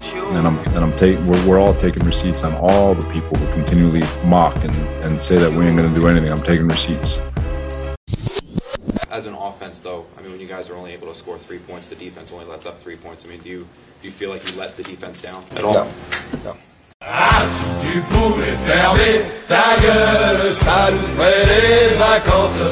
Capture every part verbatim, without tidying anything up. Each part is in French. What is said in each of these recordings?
And I'm and I'm taking we're, we're all taking receipts on all the people who continually mock and, and say that we ain't going to do anything. I'm taking receipts. As an offense, though, I mean, when you guys are only able to score three points, the defense only lets up three points. I mean, do you do you feel like you let the defense down at all? No, no. Ah, si tu pouvais fermer ta gueule, ça nous ferait les vacances.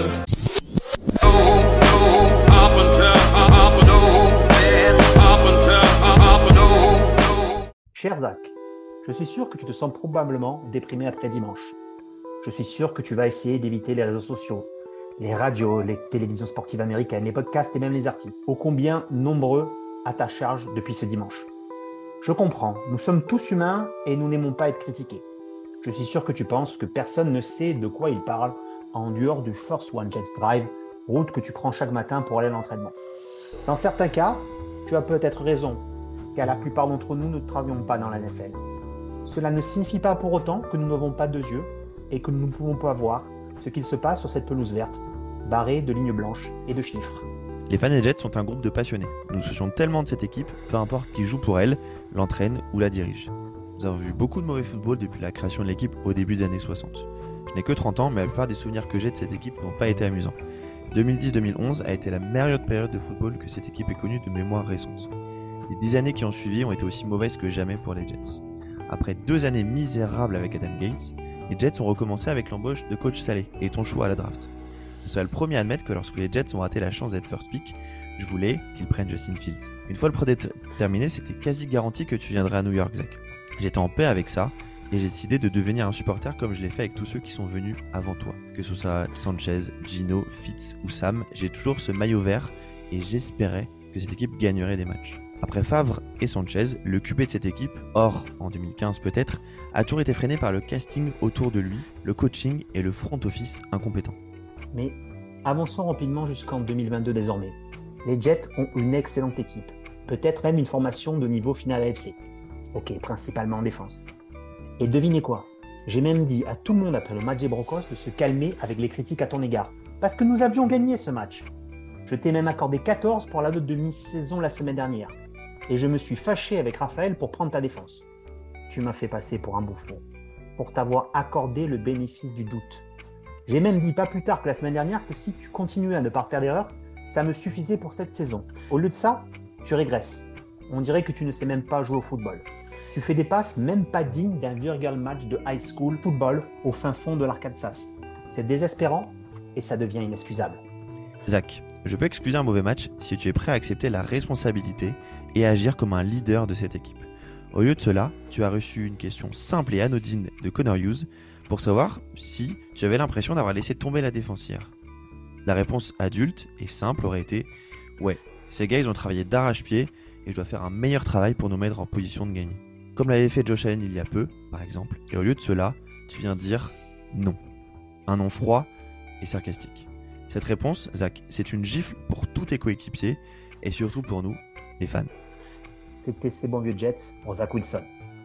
Cher Zach, je suis sûr que tu te sens probablement déprimé après dimanche. Je suis sûr que tu vas essayer d'éviter les réseaux sociaux, les radios, les télévisions sportives américaines, les podcasts et même les articles, ô combien nombreux à ta charge depuis ce dimanche. Je comprends, nous sommes tous humains et nous n'aimons pas être critiqués. Je suis sûr que tu penses que personne ne sait de quoi il parle en dehors du Force One Jets Drive, route que tu prends chaque matin pour aller à l'entraînement. Dans certains cas, tu as peut-être raison, car la plupart d'entre nous ne travaillons pas dans la N F L. Cela ne signifie pas pour autant que nous n'avons pas deux yeux et que nous ne pouvons pas voir ce qu'il se passe sur cette pelouse verte, barrée de lignes blanches et de chiffres. Les fans des Jets sont un groupe de passionnés. Nous nous soucions tellement de cette équipe, peu importe qui joue pour elle, l'entraîne ou la dirige. Nous avons vu beaucoup de mauvais football depuis la création de l'équipe au début des années soixante. Je n'ai que trente ans, mais la plupart des souvenirs que j'ai de cette équipe n'ont pas été amusants. deux mille dix deux mille onze a été la meilleure période de football que cette équipe ait connue de mémoire récente. Les dix années qui ont suivi ont été aussi mauvaises que jamais pour les Jets. Après deux années misérables avec Adam Gates, les Jets ont recommencé avec l'embauche de coach Saleh et ton choix à la draft. Je suis le premier à admettre que lorsque les Jets ont raté la chance d'être first pick, je voulais qu'ils prennent Justin Fields. Une fois le projet terminé, c'était quasi garanti que tu viendrais à New York, Zach. J'étais en paix avec ça et j'ai décidé de devenir un supporter comme je l'ai fait avec tous ceux qui sont venus avant toi. Que ce soit Sanchez, Gino, Fitz ou Sam, j'ai toujours ce maillot vert et j'espérais que cette équipe gagnerait des matchs. Après Favre et Sanchez, le Q B de cette équipe, hors en deux mille quinze peut-être, a toujours été freiné par le casting autour de lui, le coaching et le front office incompétent. Mais avançons rapidement jusqu'en deux mille vingt-deux désormais. Les Jets ont une excellente équipe, peut-être même une formation de niveau final A F C. Ok, principalement en défense. Et devinez quoi? J'ai même dit à tout le monde après le match des Broncos de se calmer avec les critiques à ton égard, parce que nous avions gagné ce match. Je t'ai même accordé quatorze pour la note de mi-saison la semaine dernière. Et je me suis fâché avec Raphaël pour prendre ta défense. Tu m'as fait passer pour un bouffon, pour t'avoir accordé le bénéfice du doute. J'ai même dit pas plus tard que la semaine dernière que si tu continuais à ne pas faire d'erreur, ça me suffisait pour cette saison. Au lieu de ça, tu régresses. On dirait que tu ne sais même pas jouer au football. Tu fais des passes même pas dignes d'un virtual match de high school football au fin fond de l'Arkansas. C'est désespérant et ça devient inexcusable. Zach, je peux excuser un mauvais match si tu es prêt à accepter la responsabilité et agir comme un leader de cette équipe. Au lieu de cela, tu as reçu une question simple et anodine de Connor Hughes pour savoir si tu avais l'impression d'avoir laissé tomber la défense hier. La réponse adulte et simple aurait été « Ouais, ces gars ils ont travaillé d'arrache-pied et je dois faire un meilleur travail pour nous mettre en position de gagner. » Comme l'avait fait Josh Allen il y a peu, par exemple, et au lieu de cela, tu viens dire « Non ». Un non froid et sarcastique. Cette réponse, Zach, c'est une gifle pour tous tes coéquipiers et surtout pour nous, les fans. C'était ces bons vieux Jets pour Zach Wilson.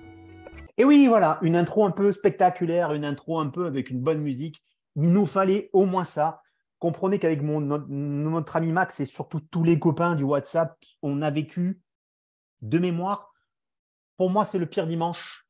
Et oui, voilà, une intro un peu spectaculaire, une intro un peu avec une bonne musique. Il nous fallait au moins ça. Comprenez qu'avec mon, notre, notre ami Max et surtout tous les copains du WhatsApp, on a vécu de mémoire. Pour moi, c'est le pire dimanche.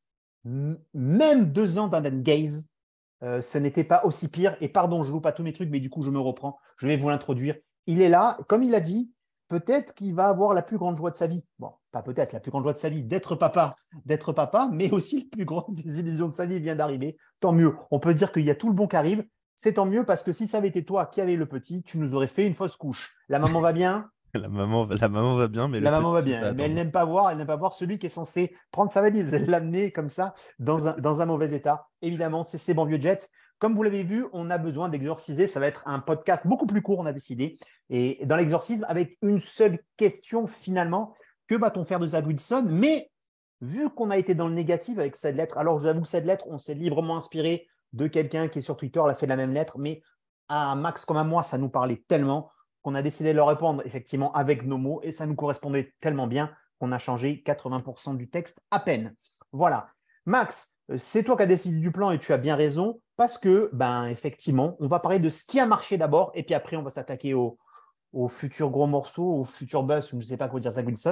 Même deux ans d'Adam Gaze. Euh, ce n'était pas aussi pire. Et pardon, je ne loupe pas tous mes trucs, mais du coup, je me reprends. Je vais vous l'introduire. Il est là. Comme il l'a dit, peut-être qu'il va avoir la plus grande joie de sa vie. Bon, pas peut-être, la plus grande joie de sa vie d'être papa, d'être papa, mais aussi la plus grande désillusion de sa vie vient d'arriver. Tant mieux. On peut se dire qu'il y a tout le bon qui arrive. C'est tant mieux parce que si ça avait été toi qui avais le petit, tu nous aurais fait une fausse couche. La maman va bien. La maman, la maman va bien, mais la le maman petit, va bien, mais elle n'aime pas voir, elle n'aime pas voir celui qui est censé prendre sa valise, l'amener comme ça dans un, dans un mauvais état. Évidemment, c'est ces bons vieux Jets. Comme vous l'avez vu, on a besoin d'exorciser. Ça va être un podcast beaucoup plus court, on a décidé. Et dans l'exorcisme, avec une seule question finalement, que va-t-on faire de Zach Wilson? Mais vu qu'on a été dans le négatif avec cette lettre, alors je vous avoue que cette lettre, on s'est librement inspiré de quelqu'un qui est sur Twitter, elle a fait la même lettre, mais à Max comme à moi, ça nous parlait tellement qu'on a décidé de leur répondre effectivement avec nos mots et ça nous correspondait tellement bien qu'on a changé quatre-vingts pour cent du texte à peine. Voilà. Max, c'est toi qui as décidé du plan et tu as bien raison parce que, ben, effectivement, on va parler de ce qui a marché d'abord et puis après, on va s'attaquer au, au futur gros morceau, au futur buzz, ou je ne sais pas quoi dire, Zach Wilson.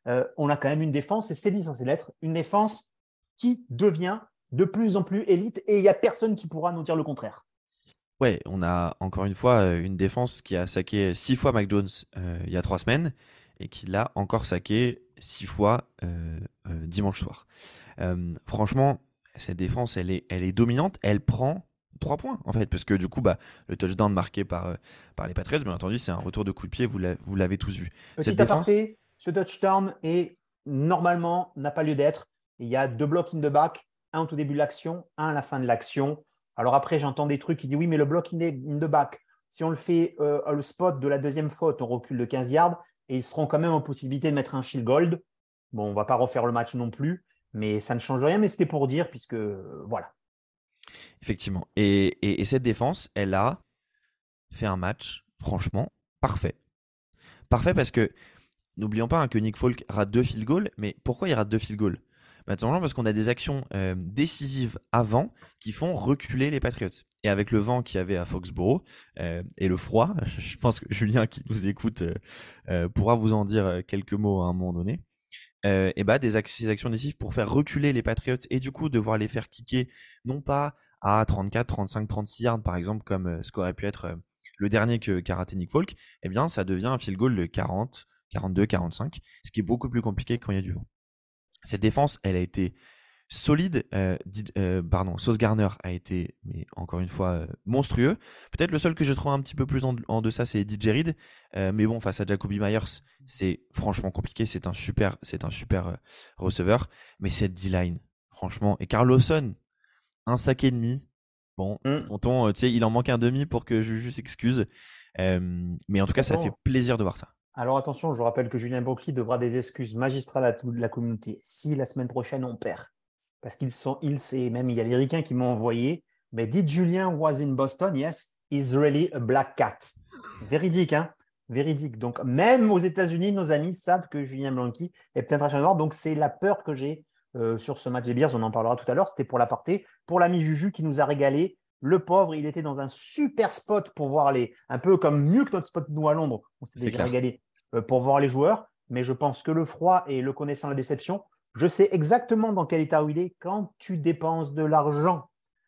euh, on a quand même une défense, et c'est dit censé l'être, une défense qui devient de plus en plus élite et il n'y a personne qui pourra nous dire le contraire. Ouais, on a encore une fois euh, une défense qui a saqué six fois Mac Jones euh, il y a trois semaines et qui l'a encore saqué six fois euh, euh, dimanche soir. Euh, franchement, cette défense, elle est, elle est dominante. Elle prend trois points en fait, parce que du coup, bah, le touchdown marqué par, euh, par les Patriots, bien entendu, c'est un retour de coup de pied. Vous l'avez, vous l'avez tous vu. Petit Cette défense, aparté, ce touchdown est normalement n'a pas lieu d'être. Il y a deux blocs in the back, un au tout début de l'action, un à la fin de l'action. Alors après, j'entends des trucs qui disent oui, mais le bloc in the back, si on le fait euh, le spot de la deuxième faute, on recule de quinze yards et ils seront quand même en possibilité de mettre un field goal. Bon, on ne va pas refaire le match non plus, mais ça ne change rien. Mais c'était pour dire, puisque euh, voilà. effectivement. Et, et, et cette défense, elle a fait un match, franchement, parfait. Parfait parce que, n'oublions pas hein, que Nick Folk rate deux field goals, mais pourquoi il rate deux field goals? Bah, tout simplement parce qu'on a des actions euh, décisives avant qui font reculer les Patriots. Et avec le vent qu'il y avait à Foxborough euh, et le froid, je pense que Julien qui nous écoute euh, euh, pourra vous en dire quelques mots à un moment donné. Euh, et bah des actions, des actions décisives pour faire reculer les Patriots et du coup devoir les faire kicker non pas à trente-quatre, trente-cinq, trente-six yards par exemple comme euh, ce qu'aurait pu être euh, le dernier que, qu'a raté Nick Folk, eh bien ça devient un field goal de quarante, quarante-deux, quarante-cinq, ce qui est beaucoup plus compliqué quand il y a du vent. Cette défense, elle a été solide. Euh, euh, pardon, Sauce Gardner a été, mais encore une fois, euh, monstrueux. Peut-être le seul que je trouve un petit peu plus en, en deçà, c'est D J Reed. Euh, mais bon, face à Jacoby Myers, c'est franchement compliqué. C'est un super, c'est un super euh, receveur. Mais cette D-line, franchement, et Carl Lawson, un sac et demi. Bon, Mm. tonton, euh, tu sais, il en manque un demi pour que Juju s'excuse. Euh, mais en tout cas, ça fait plaisir de voir ça. Alors attention, je rappelle que Julien Brocchi devra des excuses magistrales à toute la communauté si la semaine prochaine on perd. Parce qu'ils sont, ils, c'est même il y a les ricains qui m'ont envoyé. Mais did Julien was in Boston? Yes, he's really a black cat. Véridique, hein? Véridique. Donc même aux États-Unis, nos amis savent que Julien Blanqui est peut-être un chat noir. Donc c'est la peur que j'ai euh, sur ce match des Bears. On en parlera tout à l'heure. C'était pour l'aparté. Pour l'ami Juju qui nous a régalé. Le pauvre, il était dans un super spot pour voir les. Un peu comme mieux que notre spot nous à Londres. On s'est C'est déjà clair. régalé euh, pour voir les joueurs. Mais je pense que le froid et le connaissant la déception, je sais exactement dans quel état où il est quand tu dépenses de l'argent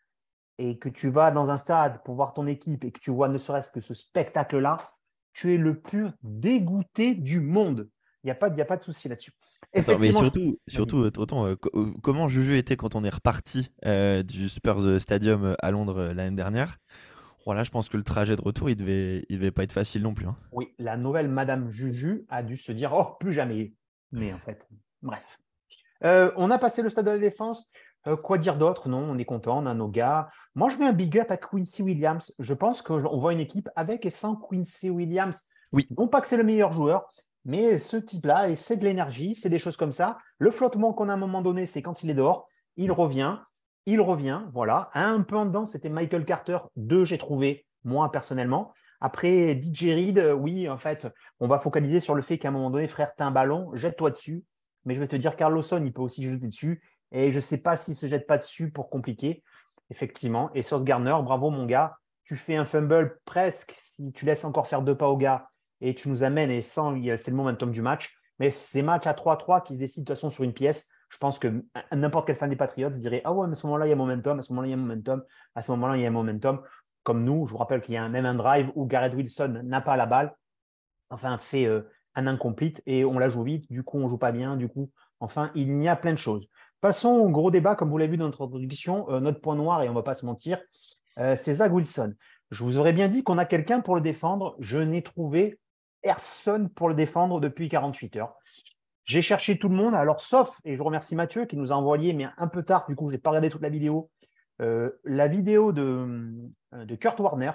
et que tu vas dans un stade pour voir ton équipe et que tu vois ne serait-ce que ce spectacle-là, tu es le plus dégoûté du monde. Il n'y a pas, il y a pas de souci là-dessus. Attends, mais Effectivement, surtout, surtout euh, tonton, euh, co- euh, comment Juju était quand on est reparti euh, du Spurs Stadium euh, à Londres euh, l'année dernière? Voilà, je pense que le trajet de retour, il devait, il devait pas être facile non plus. Hein. oui, la nouvelle Madame Juju a dû se dire « Oh, plus jamais ». Mais en fait, bref. Euh, on a passé le stade de la Défense. Euh, quoi dire d'autre? Non, on est content, on a nos gars. Moi, je mets un big up à Quincy Williams. Je pense qu'on voit une équipe avec et sans Quincy Williams. Oui. Non pas que c'est le meilleur joueur, mais ce type-là, c'est de l'énergie, c'est des choses comme ça. Le flottement qu'on a à un moment donné, c'est quand il est dehors, il revient, il revient, voilà. Un peu en dedans, c'était Michael Carter. Deux, j'ai trouvé, moi, personnellement. Après, D J Reed, euh, oui, en fait, on va focaliser sur le fait qu'à un moment donné, frère, t'as un ballon, jette-toi dessus. Mais je vais te dire, Carl Lawson, il peut aussi jeter dessus. Et je ne sais pas s'il ne se jette pas dessus pour compliquer, effectivement. Et Sauce Gardner, bravo mon gars. Tu fais un fumble presque si tu laisses encore faire deux pas au gars et tu nous amènes et sans, c'est le momentum du match. Mais ces matchs à trois trois qui se décident de toute façon sur une pièce, je pense que n'importe quel fan des Patriots dirait « Ah ouais, mais à ce moment-là, il y a momentum, à ce moment-là, il y a momentum, à ce moment-là, il y a momentum. » Comme nous, je vous rappelle qu'il y a même un drive où Garrett Wilson n'a pas la balle, enfin fait euh, un incomplete et on la joue vite, du coup on ne joue pas bien, du coup, enfin, il y a plein de choses. Passons au gros débat, comme vous l'avez vu dans notre introduction, euh, notre point noir, et on ne va pas se mentir, euh, c'est Zach Wilson. Je vous aurais bien dit qu'on a quelqu'un pour le défendre, je n'ai trouvé personne pour le défendre depuis quarante-huit heures. J'ai cherché tout le monde, alors sauf, et je remercie Mathieu qui nous a envoyé, mais un peu tard, du coup je n'ai pas regardé toute la vidéo, euh, la vidéo de, de Kurt Warner,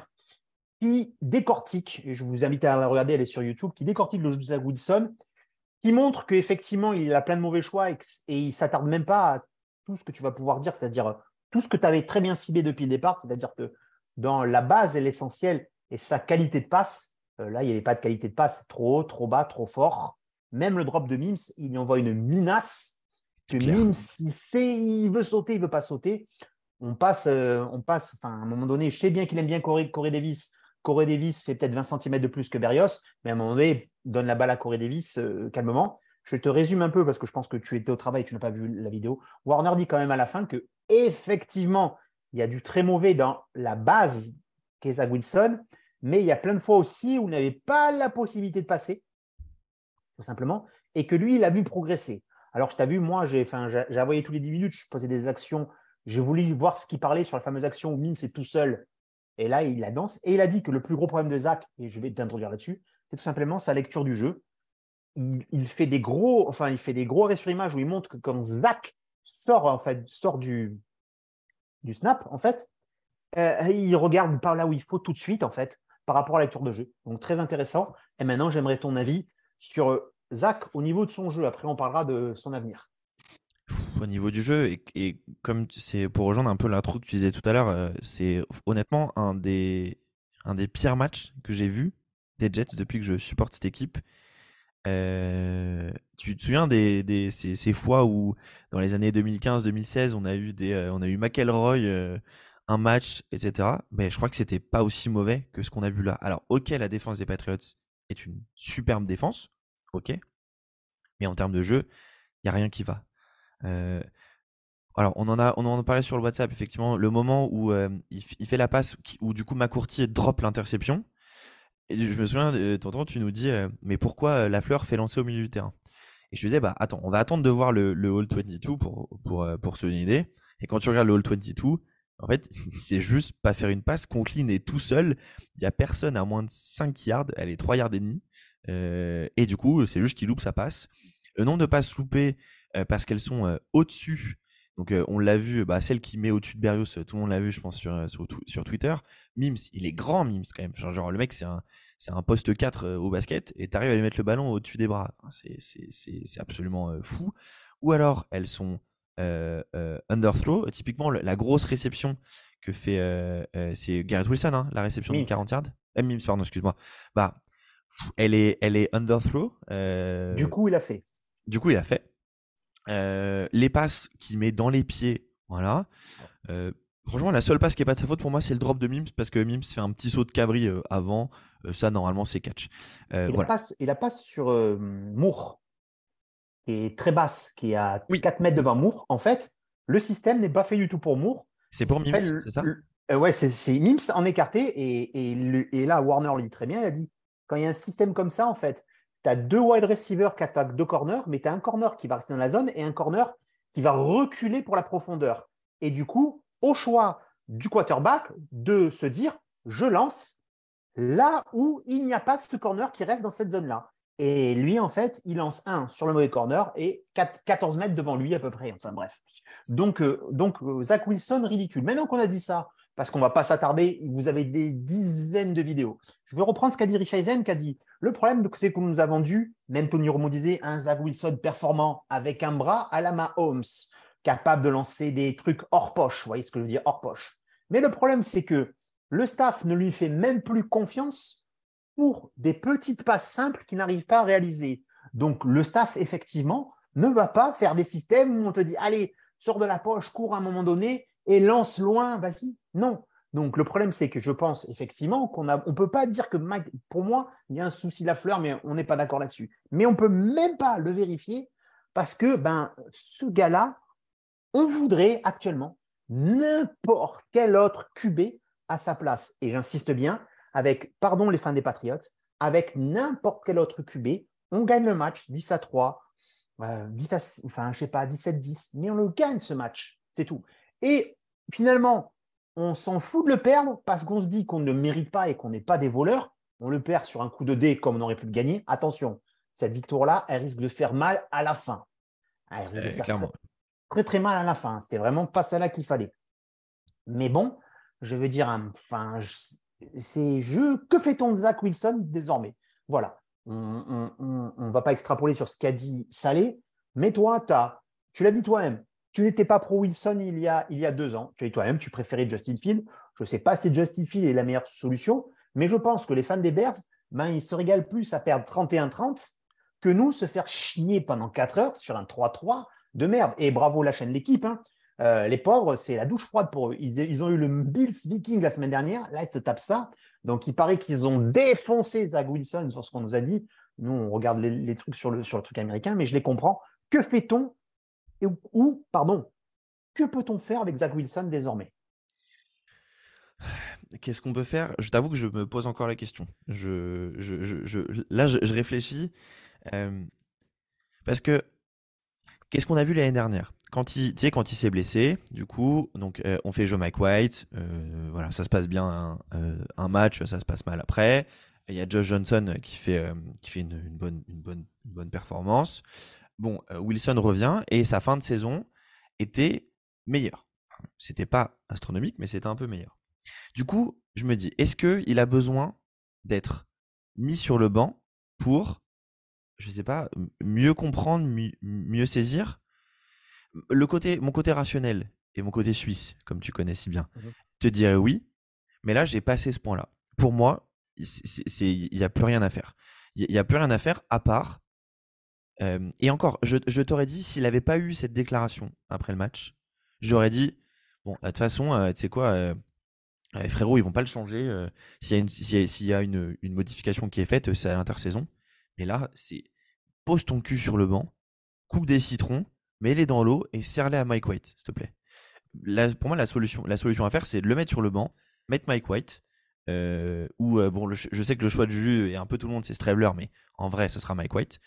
qui décortique, et je vous invite à la regarder, elle est sur YouTube, qui décortique le jeu de Zach Wilson, qui montre qu'effectivement, il a plein de mauvais choix et, et il ne s'attarde même pas à tout ce que tu vas pouvoir dire, c'est-à-dire tout ce que tu avais très bien ciblé depuis le départ, c'est-à-dire que dans la base et l'essentiel et sa qualité de passe, euh, là, il n'y avait pas de qualité de passe, trop haut, trop bas, trop fort. Même le drop de Mims, il y envoie une minace que Mims, il sait, il veut sauter, il ne veut pas sauter. On passe, euh, on passe, enfin, à un moment donné, je sais bien qu'il aime bien Corey, Corey Davis. Corey Davis fait peut-être vingt centimètres de plus que Berrios, mais à un moment donné, donne la balle à Corey Davis euh, calmement. je te résume un peu parce que je pense que tu étais au travail et tu n'as pas vu la vidéo. Warner dit quand même à la fin que effectivement, il y a du très mauvais dans la base qu'est Zach Wilson, mais il y a plein de fois aussi où il n'avait pas la possibilité de passer, tout simplement, et que lui, il a vu progresser. Alors, je t'ai vu, moi, j'ai, enfin, j'ai, j'ai envoyé tous les dix minutes, je posais des actions, j'ai voulu voir ce qu'il parlait sur la fameuse action où Mims est tout seul, et là, il la danse, et il a dit que le plus gros problème de Zach, et je vais t'introduire là-dessus, c'est tout simplement sa lecture du jeu. Il, il fait des gros, enfin, il fait des gros arrêts sur image où il montre que quand Zach sort, en fait, sort du, du snap, en fait, euh, il regarde par là où il faut tout de suite, en fait, par rapport à la lecture de jeu. Donc, très intéressant. Et maintenant, j'aimerais ton avis sur euh, Zach au niveau de son jeu. Après, on parlera de son avenir. Au niveau du jeu, et, et comme tu- c'est pour rejoindre un peu l'intro que tu disais tout à l'heure, euh, c'est honnêtement un des, un des pires matchs que j'ai vu des Jets depuis que je supporte cette équipe. Euh, tu te souviens des, des ces, ces fois où dans les années deux mille quinze deux mille seize on a eu des euh, on a eu McElroy euh, un match, etc. Mais je crois que c'était pas aussi mauvais que ce qu'on a vu là. Alors ok, la défense des Patriots est une superbe défense, ok, mais en termes de jeu il y a rien qui va. Euh, alors on en a on en parlait sur le WhatsApp, effectivement, le moment où euh, il, f- il fait la passe qui- où du coup McCourty drop l'interception. Et je me souviens, euh, tonton, tu nous dis, euh, mais pourquoi euh, Lafleur fait lancer au milieu du terrain? Et je disais, bah attends, on va attendre de voir le, le All vingt-deux pour, pour, euh, pour se donner une idée. Et quand tu regardes le All vingt-deux, en fait, c'est juste pas faire une passe. Conklin est tout seul. Il y a personne à moins de cinq yards. Elle est trois yards et demi. Euh, et du coup, c'est juste qu'il loupe sa passe. Le nombre de passes loupées, euh, parce qu'elles sont euh, au-dessus. Donc, euh, on l'a vu, bah, celle qui met au-dessus de Berrios, euh, tout le monde l'a vu, je pense, sur, euh, sur, tw- sur Twitter. Mims, il est grand, Mims, quand même. Genre, genre, le mec, c'est un, c'est un poste quatre euh, au basket et t'arrives à lui mettre le ballon au-dessus des bras. C'est, c'est, c'est, c'est absolument euh, fou. Ou alors, elles sont euh, euh, underthrow. Typiquement, le- la grosse réception que fait, euh, euh, c'est Garrett Wilson, hein, la réception de Mims. quarante yards. Euh, Mims, pardon, excuse-moi. Bah, pff, elle est, elle est underthrow. Euh, Du coup, il a fait. du coup, il a fait. Euh, les passes qu'il met dans les pieds, voilà. Euh, franchement, la seule passe qui est pas de sa faute pour moi, c'est le drop de Mims parce que Mims fait un petit saut de cabri euh, avant. Euh, ça, normalement, c'est catch. Euh, Il la voilà. passe, il la passe sur euh, Moore, qui est très basse, qui est à Oui. quatre mètres devant Moore. En fait, le système n'est pas fait du tout pour Moore. C'est pour Mims, En fait, le- c'est ça? le- euh, ouais, c'est, c'est Mims en écarté. Et, et, le- et là, Warner le dit très bien. Il a dit quand il y a un système comme ça, en fait, tu as deux wide receivers qui attaquent deux corners, mais tu as un corner qui va rester dans la zone et un corner qui va reculer pour la profondeur. Et du coup, au choix du quarterback de se dire je lance là où il n'y a pas ce corner qui reste dans cette zone-là. Et lui, en fait, il lance un sur le mauvais corner et quatre- quatorze mètres devant lui à peu près. Enfin bref. Donc, euh, donc euh, Zach Wilson, ridicule. Maintenant qu'on a dit ça, parce qu'on ne va pas s'attarder, vous avez des dizaines de vidéos. Je vais reprendre ce qu'a dit Rich Eisen, qui a dit le problème, c'est qu'on nous a vendu, même Tony Romo disait, un Zach Wilson performant avec un bras à la Mahomes, capable de lancer des trucs hors poche. Vous voyez ce que je veux dire, hors poche. Mais le problème, c'est que le staff ne lui fait même plus confiance pour des petites passes simples qu'il n'arrive pas à réaliser. Donc, le staff, effectivement, ne va pas faire des systèmes où on te dit allez, sors de la poche, cours à un moment donné et lance loin, vas-y. Non. Donc, le problème, c'est que je pense effectivement qu'on ne on peut pas dire que Mike, pour moi, il y a un souci Lafleur, mais on n'est pas d'accord là-dessus. Mais on ne peut même pas le vérifier parce que ben, ce gars-là, on voudrait actuellement n'importe quel autre Q B à sa place. Et j'insiste bien, avec, pardon les fans des Patriots, avec n'importe quel autre Q B, on gagne le match dix à trois, euh, dix à, enfin, je sais pas, dix-sept dix, mais on le gagne ce match, c'est tout. Et finalement, on s'en fout de le perdre parce qu'on se dit qu'on ne le mérite pas et qu'on n'est pas des voleurs. On le perd sur un coup de dé comme on aurait pu le gagner. Attention, cette victoire-là, elle risque de faire mal à la fin. Elle risque de Euh, faire clairement. très, très, très mal à la fin. C'était vraiment pas celle-là qu'il fallait. Mais bon, je veux dire, enfin, c'est je, que fait-on de Zach Wilson désormais? Voilà. On ne va pas extrapoler sur ce qu'a dit Salé, mais toi, as, tu l'as dit toi-même, tu n'étais pas pro Wilson il y a, il y a deux ans. Tu as dit toi-même, tu préférais Justin Fields. Je ne sais pas si Justin Fields est la meilleure solution, mais je pense que les fans des Bears, ben, ils se régalent plus à perdre trente et un trente que nous se faire chier pendant quatre heures sur un trois trois de merde. Et bravo la chaîne L'équipe, hein. Euh, les pauvres, c'est la douche froide pour eux. Ils, ils ont eu le Bills Viking la semaine dernière. Là, ils se tapent ça. Donc, il paraît qu'ils ont défoncé Zach Wilson sur ce qu'on nous a dit. Nous, on regarde les, les trucs sur le, sur le truc américain, mais je les comprends. Que fait-on et, ou, pardon, que peut-on faire avec Zach Wilson désormais? Qu'est-ce qu'on peut faire? Je t'avoue que je me pose encore la question. Je, je, je, je- là, je, je réfléchis euh, parce que qu'est-ce qu'on a vu l'année dernière? Quand il, tu sais, quand il s'est blessé, du coup, donc euh, on fait jouer Mike White, euh, voilà, ça se passe bien un, euh, un match, ça se passe mal après. Il y a Josh Johnson qui fait, euh, qui fait une, une bonne, une bonne, une bonne performance. Bon, euh, Wilson revient et sa fin de saison était meilleure. C'était pas astronomique, mais c'était un peu meilleur. Du coup, je me dis, est-ce qu'il a besoin d'être mis sur le banc pour, je sais pas, m- mieux comprendre, mi- mieux saisir? Le côté, mon côté rationnel et mon côté suisse, comme tu connais si bien, Mhm. te dirais oui, mais là, j'ai passé ce point-là. Pour moi, il n'y a plus rien à faire. Il n'y a plus rien à faire à part. euh, et encore, je, je t'aurais dit, s'il n'avait pas eu cette déclaration après le match, j'aurais dit, bon, de toute façon, euh, tu sais quoi, euh, euh, frérot, ils vont pas le changer. euh, s'il y a, une, s'il y a, s'il y a une, une modification qui est faite, c'est à l'intersaison. Mais là, c'est pose ton cul sur le banc, coupe des citrons, mets-les dans l'eau et serre-les à Mike White, s'il te plaît. Là, pour moi, la solution, la solution à faire, c'est de le mettre sur le banc, mettre Mike White. Euh, ou euh, bon, le, je sais que le choix de jeu et un peu tout le monde, c'est Strebler, mais en vrai, ce sera Mike White.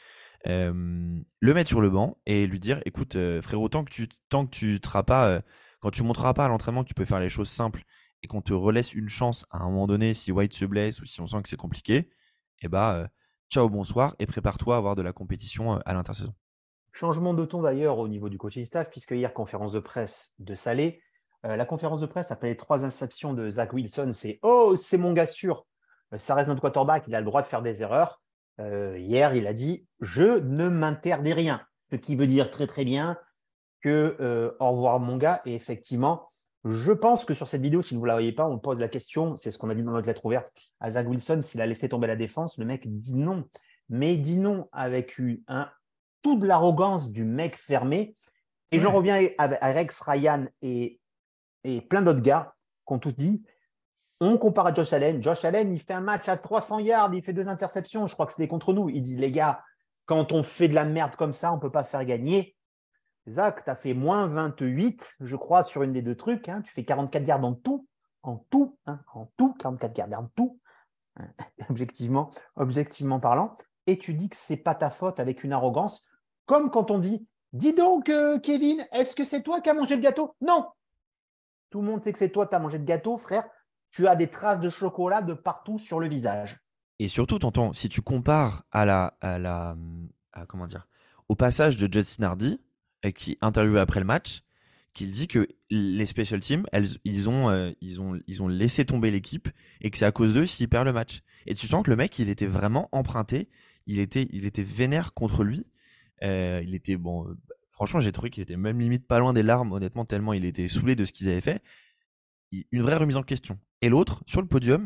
Euh, le mettre sur le banc et lui dire, écoute, euh, frérot, tant que tu, tant que tu seras pas, euh, quand tu montreras pas à l'entraînement que tu peux faire les choses simples et qu'on te relaisse une chance à un moment donné, si White se blesse ou si on sent que c'est compliqué, et bah, euh, ciao, bonsoir et prépare-toi à avoir de la compétition euh, à l'intersaison. Changement de ton d'ailleurs au niveau du coaching staff, puisque hier, conférence de presse de Salé, euh, la conférence de presse après les trois interceptions de Zach Wilson, c'est « Oh, c'est mon gars sûr, Euh, ça reste notre quarterback, il a le droit de faire des erreurs. Euh, » Hier, il a dit « Je ne m'interdis rien », ce qui veut dire très très bien que euh, au revoir mon gars. Et effectivement, je pense que sur cette vidéo, si vous ne la voyez pas, on pose la question, c'est ce qu'on a dit dans notre lettre ouverte, à Zach Wilson, s'il a laissé tomber la défense. Le mec dit non, mais il dit non avec une, un, toute l'arrogance du mec fermé. Et j'en Ouais. reviens à Rex Ryan et, et plein d'autres gars qui ont tous dit, on compare à Josh Allen. Josh Allen, il fait un match à trois cents yards, il fait deux interceptions. Je crois que c'était contre nous. Il dit, les gars, quand on fait de la merde comme ça, on ne peut pas faire gagner. Zach, tu as fait moins vingt-huit, je crois, sur une des deux trucs. Hein. Tu fais quarante-quatre yards en tout. En tout, hein, en tout, quarante-quatre yards en tout, hein, objectivement, objectivement parlant. Et tu dis que ce n'est pas ta faute avec une arrogance, comme quand on dit « Dis donc, euh, Kevin, est-ce que c'est toi qui as mangé le gâteau ?» Non. Tout le monde sait que c'est toi qui as mangé le gâteau, frère. Tu as des traces de chocolat de partout sur le visage. Et surtout, t'entends, si tu compares à la, à la, à, comment dire, au passage de Justin Hardy, euh, qui interviewé après le match, qu'il dit que les special teams, elles, ils ont, euh, ils ont, ils ont laissé tomber l'équipe et que c'est à cause d'eux s'ils perdent le match. Et tu sens que le mec, il était vraiment emprunté, il était, il était vénère contre lui. Euh, il était bon. euh, franchement, j'ai trouvé qu'il était même limite pas loin des larmes, honnêtement, tellement il était saoulé de ce qu'ils avaient fait. Il- une vraie remise en question. Et l'autre, sur le podium,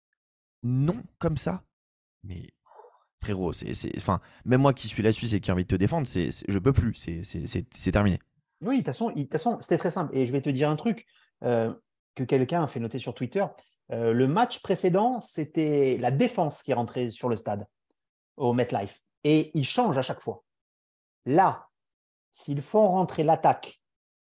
non, comme ça. Mais frérot, c'est, c'est, enfin, même moi qui suis la Suisse et qui ai envie de te défendre, c'est, c'est- je peux plus, c'est, c'est, c'est, c'est terminé. Oui, de toute façon, il- de toute façon, c'était très simple. Et je vais te dire un truc euh, que quelqu'un a fait noter sur Twitter. Euh, le match précédent, c'était la défense qui rentrait sur le stade au MetLife. Et il change à chaque fois. Là, s'ils font rentrer l'attaque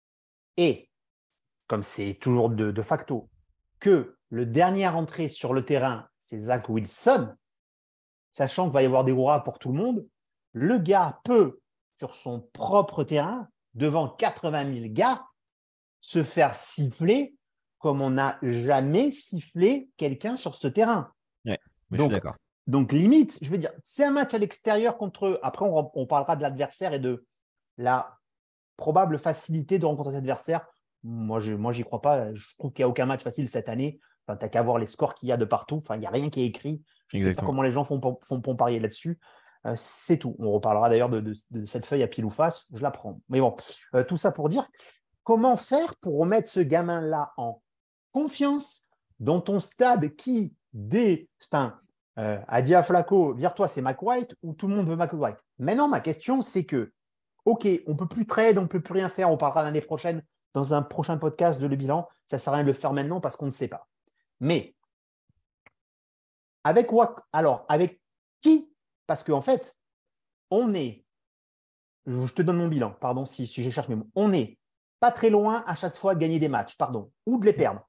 et, comme c'est toujours de, de facto, que le dernier à rentrer sur le terrain, c'est Zach Wilson, sachant qu'il va y avoir des hurrahs pour tout le monde, le gars peut, sur son propre terrain, devant quatre-vingt mille gars, se faire siffler comme on n'a jamais sifflé quelqu'un sur ce terrain. Ouais, mais je Donc, suis d'accord. donc limite, je veux dire, c'est un match à l'extérieur contre eux. Après, on, on parlera de l'adversaire et de la probable facilité de rencontrer cet adversaire. Moi, je moi, j'y crois pas. Je trouve qu'il n'y a aucun match facile cette année. Enfin, tu n'as qu'à voir les scores qu'il y a de partout. Enfin, il n'y a rien qui est écrit. Je ne sais pas Exactement. comment les gens font, font, font parier là-dessus. Euh, c'est tout. On reparlera d'ailleurs de, de, de cette feuille à pile ou face. Je la prends. Mais bon, euh, tout ça pour dire comment faire pour remettre ce gamin-là en confiance dans ton stade qui, dès, enfin, euh, a dit à Flacco, vire-toi, c'est Mike White, ou tout le monde veut Mike White. Maintenant, ma question, c'est que, OK, on ne peut plus trade, on ne peut plus rien faire, on parlera l'année prochaine dans un prochain podcast de le bilan. Ça ne sert à rien de le faire maintenant parce qu'on ne sait pas. Mais, avec quoi, alors, avec qui parce qu'en fait, on est, je te donne mon bilan, pardon si, si je cherche mes mots, on est pas très loin à chaque fois de gagner des matchs, pardon, ou de les perdre.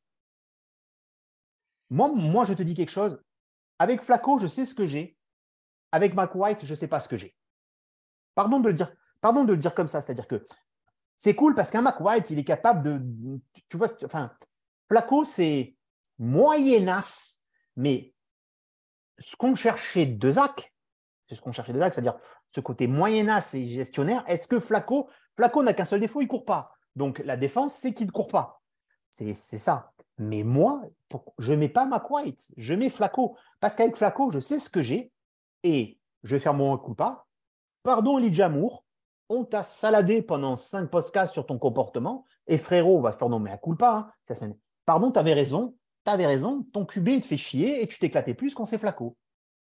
Moi, moi, je te dis quelque chose. Avec Flacco, je sais ce que j'ai. Avec McWhite, je ne sais pas ce que j'ai. Pardon de le dire, pardon de le dire comme ça, c'est-à-dire que c'est cool parce qu'un McWhite, il est capable de, tu vois, enfin, Flacco, c'est moyennasse, mais ce qu'on cherchait de Zach, c'est ce qu'on cherchait de Zach, c'est-à-dire ce côté moyennasse et gestionnaire. Est-ce que Flacco, Flacco n'a qu'un seul défaut, il ne court pas. Donc la défense, c'est qu'il ne court pas. C'est, c'est ça. Mais moi, pour, je ne mets pas McWhite, je mets Flacco. Parce qu'avec Flacco, je sais ce que j'ai et je vais faire mon coup pas. Pardon, Elijah Moore, on t'a saladé pendant cinq podcasts sur ton comportement et frérot, on va se faire nommer à culpa. Hein, Pardon, tu avais raison, tu avais raison, ton Q B il te fait chier et tu t'éclatais plus quand c'est Flacco.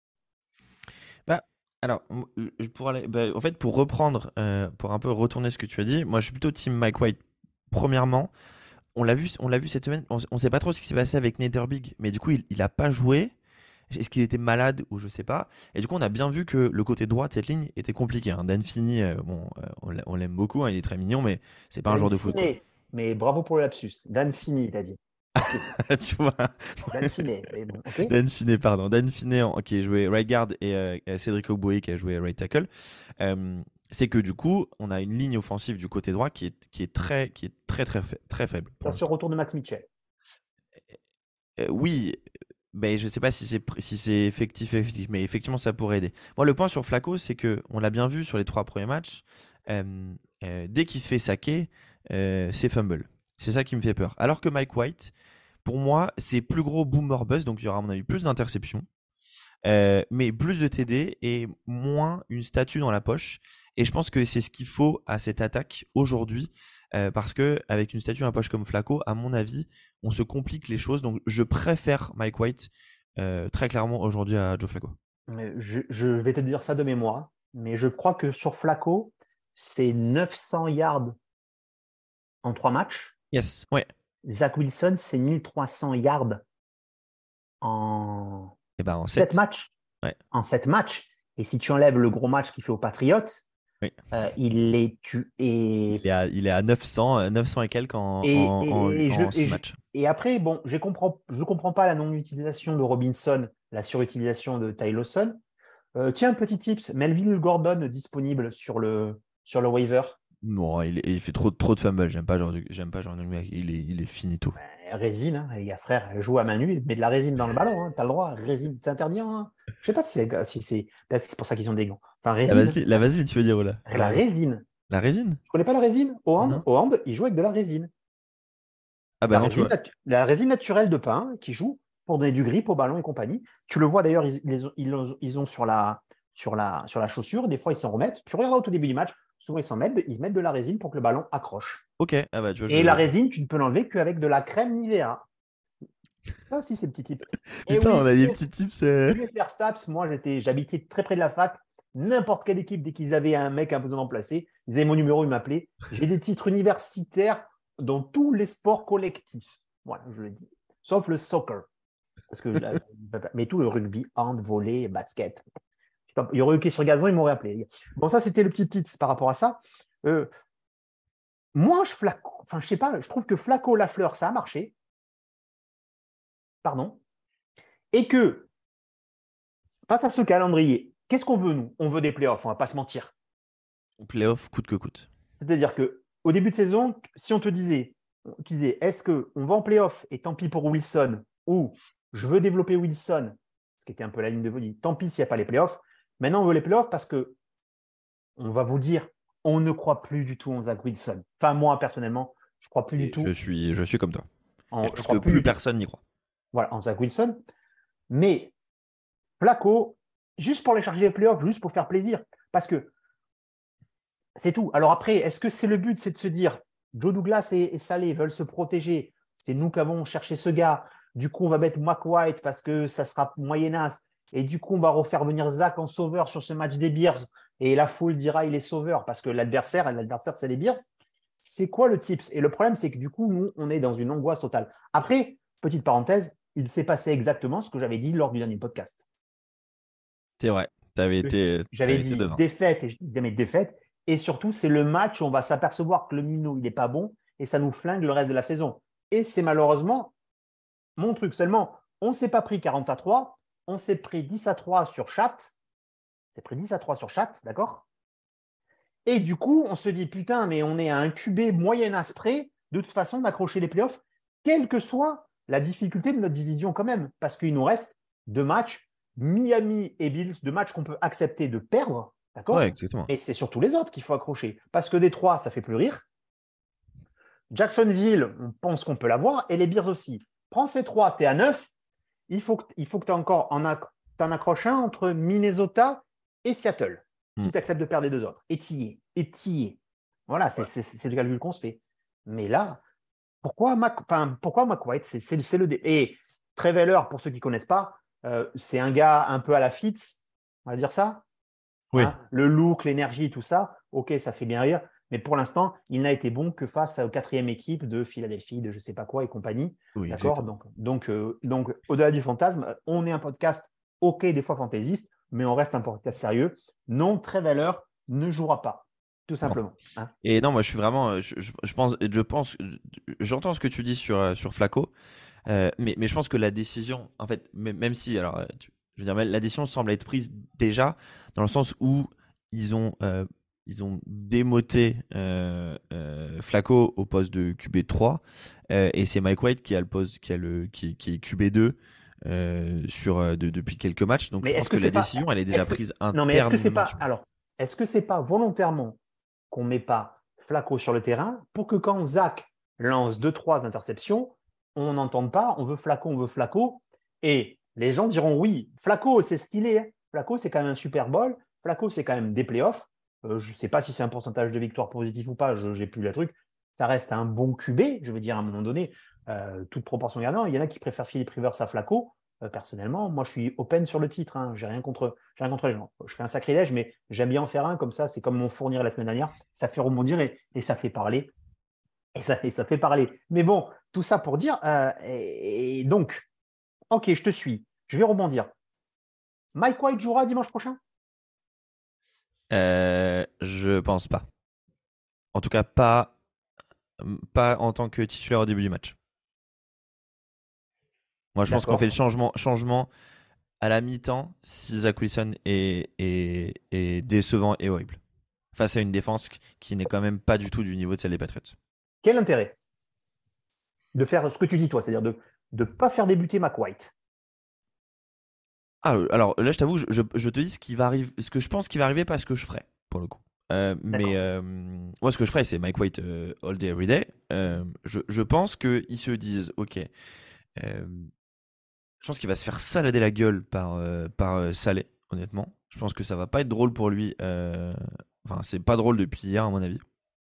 Bah, alors, pour aller, bah, en fait, pour reprendre, euh, pour un peu retourner ce que tu as dit, moi je suis plutôt team Mike White. Premièrement, on l'a vu, on l'a vu cette semaine, on ne sait pas trop ce qui s'est passé avec Nate Herbig, mais du coup, il n'a pas joué. Est-ce qu'il était malade ou je sais pas. Et du coup, on a bien vu que le côté droit de cette ligne était compliqué. Hein. Dan Finney, euh, bon, euh, on l'aime beaucoup, hein, il est très mignon, mais c'est pas Dan un joueur de Finney, foot. Quoi. Mais bravo pour le lapsus. Dan Finney, t'as dit. tu vois. Dan Finney, mais bon, ok. Dan Finney, pardon. Dan Finney, qui a joué right guard, et euh, Cédric Ogbuehi qui a joué right tackle. Euh, c'est que du coup, on a une ligne offensive du côté droit qui est, qui est très, qui est très, très, très, très faible. Ça se retour de Max Mitchell. Euh, oui. Ben, je sais pas si c'est si c'est effectif, effectif, mais effectivement ça pourrait aider. Moi, le point sur Flacco, c'est que on l'a bien vu sur les trois premiers matchs. Euh, euh, dès qu'il se fait saquer, euh, c'est fumble. C'est ça qui me fait peur. Alors que Mike White, pour moi, c'est plus gros boomer bust, donc il y aura à mon avis plus d'interceptions, euh, mais plus de T D et moins une statue dans la poche. Et je pense que c'est ce qu'il faut à cette attaque aujourd'hui. Euh, parce que avec une statue dans la poche comme Flacco, à mon avis, on se complique les choses. Donc, je préfère Mike White euh, très clairement aujourd'hui à Joe Flacco. Je, je vais te dire ça de mémoire, mais je crois que sur Flacco, c'est neuf cents yards en trois matchs. Yes, ouais. Zach Wilson, c'est mille trois cents yards en, Et ben en sept matchs. Ouais. En sept matchs. Et si tu enlèves le gros match qu'il fait aux Patriots, oui. euh, il est tu et il est à il est à neuf cents, neuf cents et quelques en et, en, et, en, et en six matchs. Et après, bon, je comprends je comprends pas la non-utilisation de Robinson, la surutilisation de Ty Lawson. Euh, tiens, petit tips, Melvin Gordon disponible sur le sur le waiver. Non, il, il fait trop trop de fumble. J'aime pas genre j'aime pas genre il est il est finito. Ben, résine, hein, les gars, frère, joue à main nue, mets de la résine dans le ballon, hein, t'as le droit, résine, c'est interdit. Hein. Je sais pas si c'est si c'est peut-être c'est pour ça qu'ils ont des gants. Enfin, résine, la, vaseline, la vaseline, tu veux dire, là. La résine. La résine. Tu connais pas la résine? Au hand, au hand, ils jouent avec de la résine. Ah bah la, non, résine tu vois. natu- la résine naturelle de pain qui joue pour donner du grip au ballon et compagnie. Tu le vois d'ailleurs, ils, ils, ont, ils, ont, ils ont sur la, sur, la, sur la chaussure, des fois ils s'en remettent. Tu regardes au tout début du match, souvent ils s'en mettent, ils mettent de la résine pour que le ballon accroche. Ok, ah bah tu vois. Et je... la résine, tu ne peux l'enlever qu'avec de la crème Nivea. Ça aussi, c'est petit type. Putain, oui, on a des petits tips. Euh... Je vais faire Staps. Moi, j'étais, j'habitais très près de la fac. N'importe quelle équipe, dès qu'ils avaient un mec un peu besoin d'en placer, ils avaient mon numéro, ils m'appelaient. J'ai des titres universitaires dans tous les sports collectifs. Voilà, je le dis. Sauf le soccer. Parce que là, mais tout le rugby, hand, volley, basket. Il y aurait eu qui sur gazon, ils m'auraient appelé. Bon, ça, c'était le petit titre par rapport à ça. Euh, moi, je Flacco, enfin, je sais pas, je trouve que Flacco Lafleur, ça a marché. Pardon. Et que, face à ce calendrier, qu'est-ce qu'on veut, nous? On veut des playoffs, on ne va pas se mentir. Playoffs, coûte que coûte. C'est-à-dire qu'au début de saison, si on te disait, on te disait est-ce qu'on va en playoff et tant pis pour Wilson, ou je veux développer Wilson, ce qui était un peu la ligne de Vody, tant pis s'il n'y a pas les playoffs. Maintenant, on veut les playoffs parce que, on va vous dire, on ne croit plus du tout en Zach Wilson. Enfin, moi, personnellement, je ne crois plus et du tout. Je suis, je suis comme toi. En, je pense que plus, plus personne n'y croit. Voilà, en Zach Wilson. Mais Flacco, juste pour aller chercher les playoffs, juste pour faire plaisir. Parce que c'est tout. Alors après, est-ce que c'est le but, c'est de se dire, Joe Douglas et, et Saleh veulent se protéger. C'est nous qui avons cherché ce gars. Du coup, on va mettre McWhite parce que ça sera moyennasse. Et du coup, on va refaire venir Zach en sauveur sur ce match des Bears. Et la foule dira il est sauveur parce que l'adversaire, l'adversaire, c'est les Bears. C'est quoi le tips? Et le problème, c'est que du coup, nous, on est dans une angoisse totale. Après, petite parenthèse, il s'est passé exactement ce que j'avais dit lors du dernier podcast. C'est vrai, T'avais que été, c'est- J'avais t'avais été dit devant. défaite et je disais mais défaite. Et surtout, c'est le match où on va s'apercevoir que le minot, il n'est pas bon et ça nous flingue le reste de la saison. Et c'est malheureusement mon truc. Seulement, on ne s'est pas pris quarante à trois, on s'est pris dix à trois sur chat. On s'est pris dix à trois sur chat, d'accord? Et du coup, on se dit putain, mais on est à un Q B moyen asprès de toute façon d'accrocher les playoffs, quelle que soit la difficulté de notre division quand même, parce qu'il nous reste deux matchs, Miami et Bills, deux matchs qu'on peut accepter de perdre, d'accord? Ouais, exactement. Et c'est surtout les autres qu'il faut accrocher, parce que Détroit, ça fait plus rire. Jacksonville, on pense qu'on peut l'avoir, et les Bears aussi. Prends ces trois, tu es à neuf, il faut que il faut que tu encore en, acc- t'en accroches un entre Minnesota et Seattle, Mm. qui t'accepte de perdre les deux autres. Et t'y es, et t'y es. Voilà, c'est, c'est, c'est le calcul qu'on se fait. Mais là, pourquoi, Mac, enfin, pourquoi McWhite c'est, c'est, c'est le dé. Et Treveller, pour ceux qui ne connaissent pas, euh, c'est un gars un peu à la Fitz, on va dire ça. Oui. Hein, le look, l'énergie, tout ça, ok, ça fait bien rire. Mais pour l'instant, il n'a été bon que face aux quatrième équipe de Philadelphie, de je ne sais pas quoi et compagnie. Oui, D'accord. exactement. Donc, donc, euh, donc au-delà du fantasme, on est un podcast, ok, des fois fantaisiste, mais on reste un podcast sérieux. Non, Treveller ne jouera pas, tout simplement. Hein. Et non, moi je suis vraiment, je, je, je pense, je pense, j'entends ce que tu dis sur euh, sur Flacco, euh, mais mais je pense que la décision, en fait, même, même si, alors, euh, tu- je veux dire, la décision semble être prise déjà dans le sens où ils ont euh, ils ont démoté euh, euh, Flacco au poste de Q B trois euh, et c'est Mike White qui a le poste, qui a le qui, qui est Q B deux euh, sur euh, de- depuis quelques matchs. Donc Mais je pense est-ce que que la c'est pas, décision elle est déjà est-ce que- prise non, mais est-ce que c'est pas, internement. alors, est-ce que c'est pas volontairement qu'on met pas Flacco sur le terrain pour que quand Zach lance deux, trois interceptions, on n'entende pas, on veut Flacco, on veut Flacco, et les gens diront oui, Flacco, c'est ce qu'il est. Hein. Flacco, c'est quand même un Super Bowl. Flacco, c'est quand même des playoffs. Euh, je ne sais pas si c'est un pourcentage de victoire positif ou pas, je n'ai plus le truc. Ça reste un bon Q B, je veux dire, à un moment donné, euh, toute proportion gardant. Il y en a qui préfèrent Philippe Rivers à Flacco. Euh, personnellement, moi, je suis open sur le titre. Hein. J'ai rien contre, j'ai rien contre les gens. Je fais un sacrilège, mais j'aime bien en faire un comme ça. C'est comme mon fournir la semaine dernière. Ça fait rebondir et, et ça fait parler. Et ça, et ça fait parler. Mais bon, tout ça pour dire. Euh, et, et donc, ok, je te suis. Je vais rebondir. Mike White jouera dimanche prochain? Euh, je pense pas. En tout cas, pas, pas en tant que titulaire au début du match. Moi, je pense qu'on D'accord. fait le changement, changement à la mi-temps si Zach Wilson est, est, est décevant et horrible. Face à une défense qui n'est quand même pas du tout du niveau de celle des Patriots. Quel intérêt de faire ce que tu dis, toi, c'est-à-dire de ne pas faire débuter Mike White? Ah, alors là, je t'avoue, je, je, je te dis ce qui va arriver, ce que je pense qui va arriver, pas ce que je ferai, pour le coup. Euh, mais euh, moi, ce que je ferais, c'est Mike White euh, all day, every day. Euh, je, je pense qu'ils se disent, ok, euh, je pense qu'il va se faire salader la gueule par, euh, par euh, Saleh, honnêtement. Je pense que ça va pas être drôle pour lui. Euh, enfin, c'est pas drôle depuis hier, à mon avis.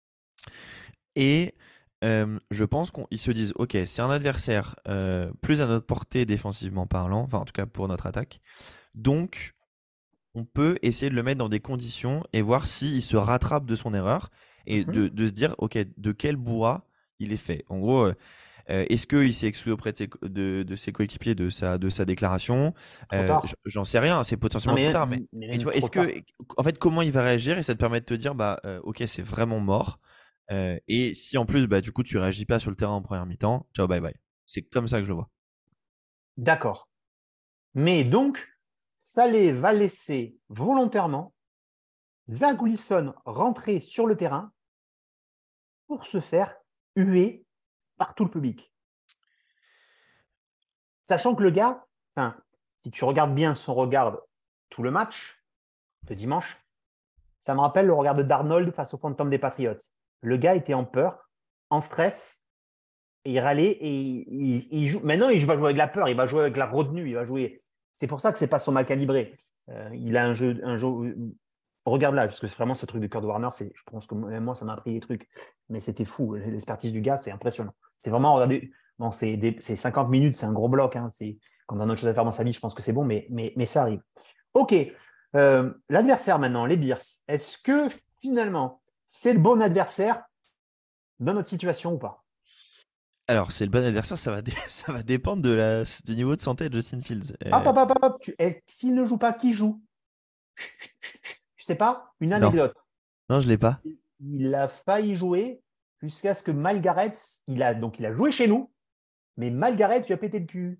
Et euh, je pense qu'ils se disent, ok, c'est un adversaire euh, plus à notre portée défensivement parlant, enfin en tout cas pour notre attaque. Donc, on peut essayer de le mettre dans des conditions et voir s'il se rattrape de son erreur et Mhm. de, de se dire, ok, de quel bois il est fait. En gros, euh, est-ce qu'il s'est exclu auprès de ses, co- de, de ses coéquipiers de sa, de sa déclaration? Trop Euh, tard. j- J'en sais rien, c'est potentiellement Non, mais, trop tard. Mais, mais mais même tu vois, trop est-ce tard. que, en fait, comment il va réagir et ça te permet de te dire, bah, euh, ok, c'est vraiment mort. Euh, et si en plus, bah, du coup, tu réagis pas sur le terrain en première mi-temps, ciao, bye bye. C'est comme ça que je le vois. D'accord. Mais donc, Saleh va laisser volontairement Zach Wilson rentrer sur le terrain pour se faire huer par tout le public. Sachant que le gars, enfin, si tu regardes bien son regard tout le match de dimanche, ça me rappelle le regard de Darnold face au fantôme des Patriots. Le gars était en peur, en stress, et il râlait et il, il, il joue. Maintenant, il va jouer avec la peur, il va jouer avec la retenue, il va jouer. C'est pour ça que c'est pas son mal calibré. Euh, il a un jeu, un jeu. Regarde là, parce que c'est vraiment ce truc de Kurt Warner, c'est, je pense que même moi, ça m'a appris des trucs, mais c'était fou. L'expertise du gars, c'est impressionnant. C'est vraiment, regardez, bon, c'est, des, c'est cinquante minutes, c'est un gros bloc. Hein, c'est, quand on a autre chose à faire dans sa vie, je pense que c'est bon, mais, mais, mais ça arrive. Ok, euh, l'adversaire maintenant, les Bears. Est-ce que finalement, c'est le bon adversaire dans notre situation ou pas? Alors, c'est le bon adversaire, ça va, dé- ça va dépendre de la, du niveau de santé de Justin Fields. Euh, Hop, hop, hop, hop, tu- eh, s'il ne joue pas, qui joue? Tu sais pas? Une Non, anecdote. non, je l'ai pas. Il a failli jouer jusqu'à ce que Malgaret, il a, donc il a joué chez nous, mais Malgaret lui a pété le cul.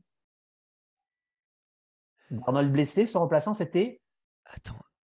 Arnold blessé, son remplaçant, c'était Attends.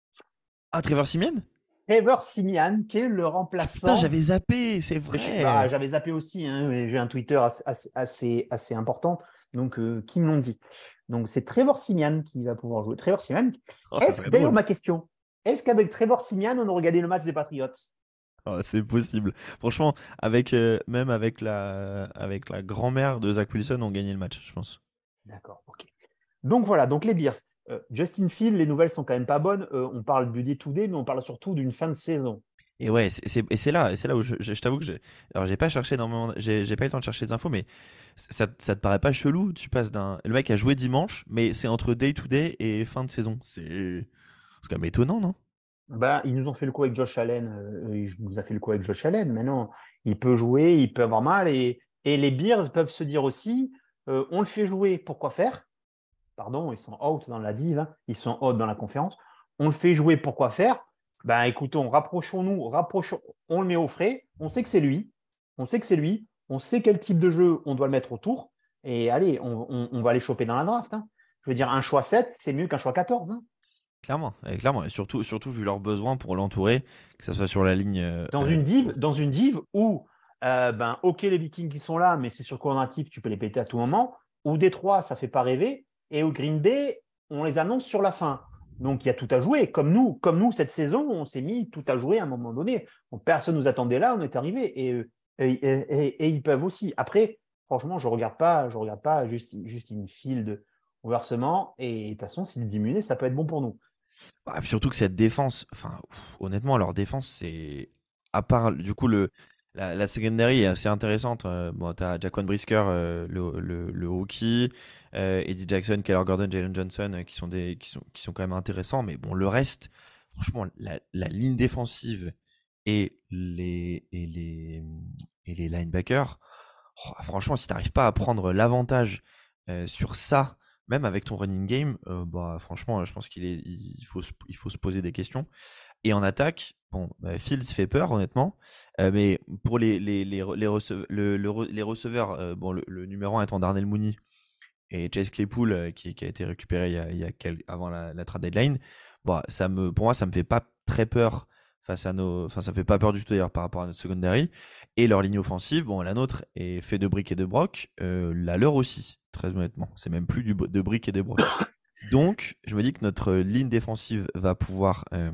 Ah, Trevor Siemian? Trevor Simian, qui est le Ah remplaçant. putain, j'avais zappé, c'est Bah, vrai. j'avais zappé aussi, hein, mais j'ai un Twitter assez, assez, assez, assez important, donc euh, qui me l'ont dit. Donc c'est Trevor Simian qui va pouvoir jouer. Trevor Simian. Oh, ça Est-ce serait d'ailleurs drôle. ma question, est-ce qu'avec Trevor Simian, on aurait regardé le match des Patriots? Oh, c'est possible. Franchement, avec, euh, même avec la, avec la grand-mère de Zach Wilson, on gagnait le match, je pense. D'accord, ok. Donc voilà, donc les Bears. Euh, Justin Field, les nouvelles sont quand même pas bonnes. Euh, on parle du day-to-day, mais on parle surtout d'une fin de saison. Et ouais, c'est, c'est- et c'est là, et c'est là où je, je- je t'avoue que j'ai, alors j'ai pas cherché énormément, j'ai, j'ai pas eu le temps de chercher des infos, mais ça, ça te paraît pas chelou? Tu passes d'un, le mec a joué dimanche, mais c'est entre day to day et fin de saison. C'est, c'est quand même étonnant, non? Ben, ils nous ont fait le coup avec Josh Allen. Euh, ils nous ont fait le coup avec Josh Allen. Maintenant, il peut jouer, il peut avoir mal. Et, et les Bears peuvent se dire aussi, euh, on le fait jouer, pourquoi faire? Pardon, ils sont out dans la div, hein, ils sont out dans la conférence. On le fait jouer, pourquoi faire? Ben, écoutons, rapprochons-nous, rapprochons, on le met au frais. On sait que c'est lui. On sait que c'est lui. On sait quel type de jeu on doit le mettre autour. Et allez, on, on- on va aller choper dans la draft, hein. Je veux dire, un choix sept, c'est mieux qu'un choix quatorze, hein. Clairement, et clairement, et surtout, surtout vu leurs besoins pour l'entourer, que ça soit sur la ligne. euh, Dans euh, une div, dans une div où, euh, ben, ok, les Vikings qui sont là, mais c'est sur cours natif, tu peux les péter à tout moment. Ou Détroit, ça fait pas rêver. Et au Green Bay, on les annonce sur la fin. Donc il y a tout à jouer. Comme nous, comme nous cette saison, on s'est mis tout à jouer à un moment donné. Donc, personne nous attendait là, on est arrivé. Et, et, et, et, et ils peuvent aussi. Après, franchement, je regarde pas, je regarde pas juste, juste une field au versement. Et de toute façon, s'il diminue, ça peut être bon pour nous. bah, puis surtout que cette défense, enfin, pff, honnêtement, leur défense, c'est. À part, du coup, le, la, la secondary est assez intéressante. Euh, bon, t'as Jaquan Brisker, euh, le, le, le hockey, euh, Eddie Jackson, Keller Gordon, Jalen Johnson, euh, qui, sont des, qui, sont, qui sont quand même intéressants. Mais bon, le reste, franchement, la, la ligne défensive et les, et les, et les linebackers, oh, franchement, si t'arrives pas à prendre l'avantage euh, sur ça, même avec ton running game, euh, bah, franchement, je pense qu'il est, il faut, se- il faut se poser des questions. Et en attaque, bon, bah, Fields fait peur, honnêtement. Euh, mais pour les, les, les, re- les, receve- le- le re- les receveurs, euh, bon, le, le numéro un étant Darnell Mooney et Chase Claypool, euh, qui, qui a été récupéré il y a, il y a quel- avant la, la trade deadline, bah, ça me, pour moi, ça me fait pas très peur face à nos. Enfin, ça me fait pas peur du tout d'ailleurs par rapport à notre secondary. Et leur ligne offensive, bon, la nôtre est fait de briques et de brocs. Euh, la leur aussi, très honnêtement. C'est même plus du, bo- de briques et de brocs. Donc, je me dis que notre ligne défensive va pouvoir euh,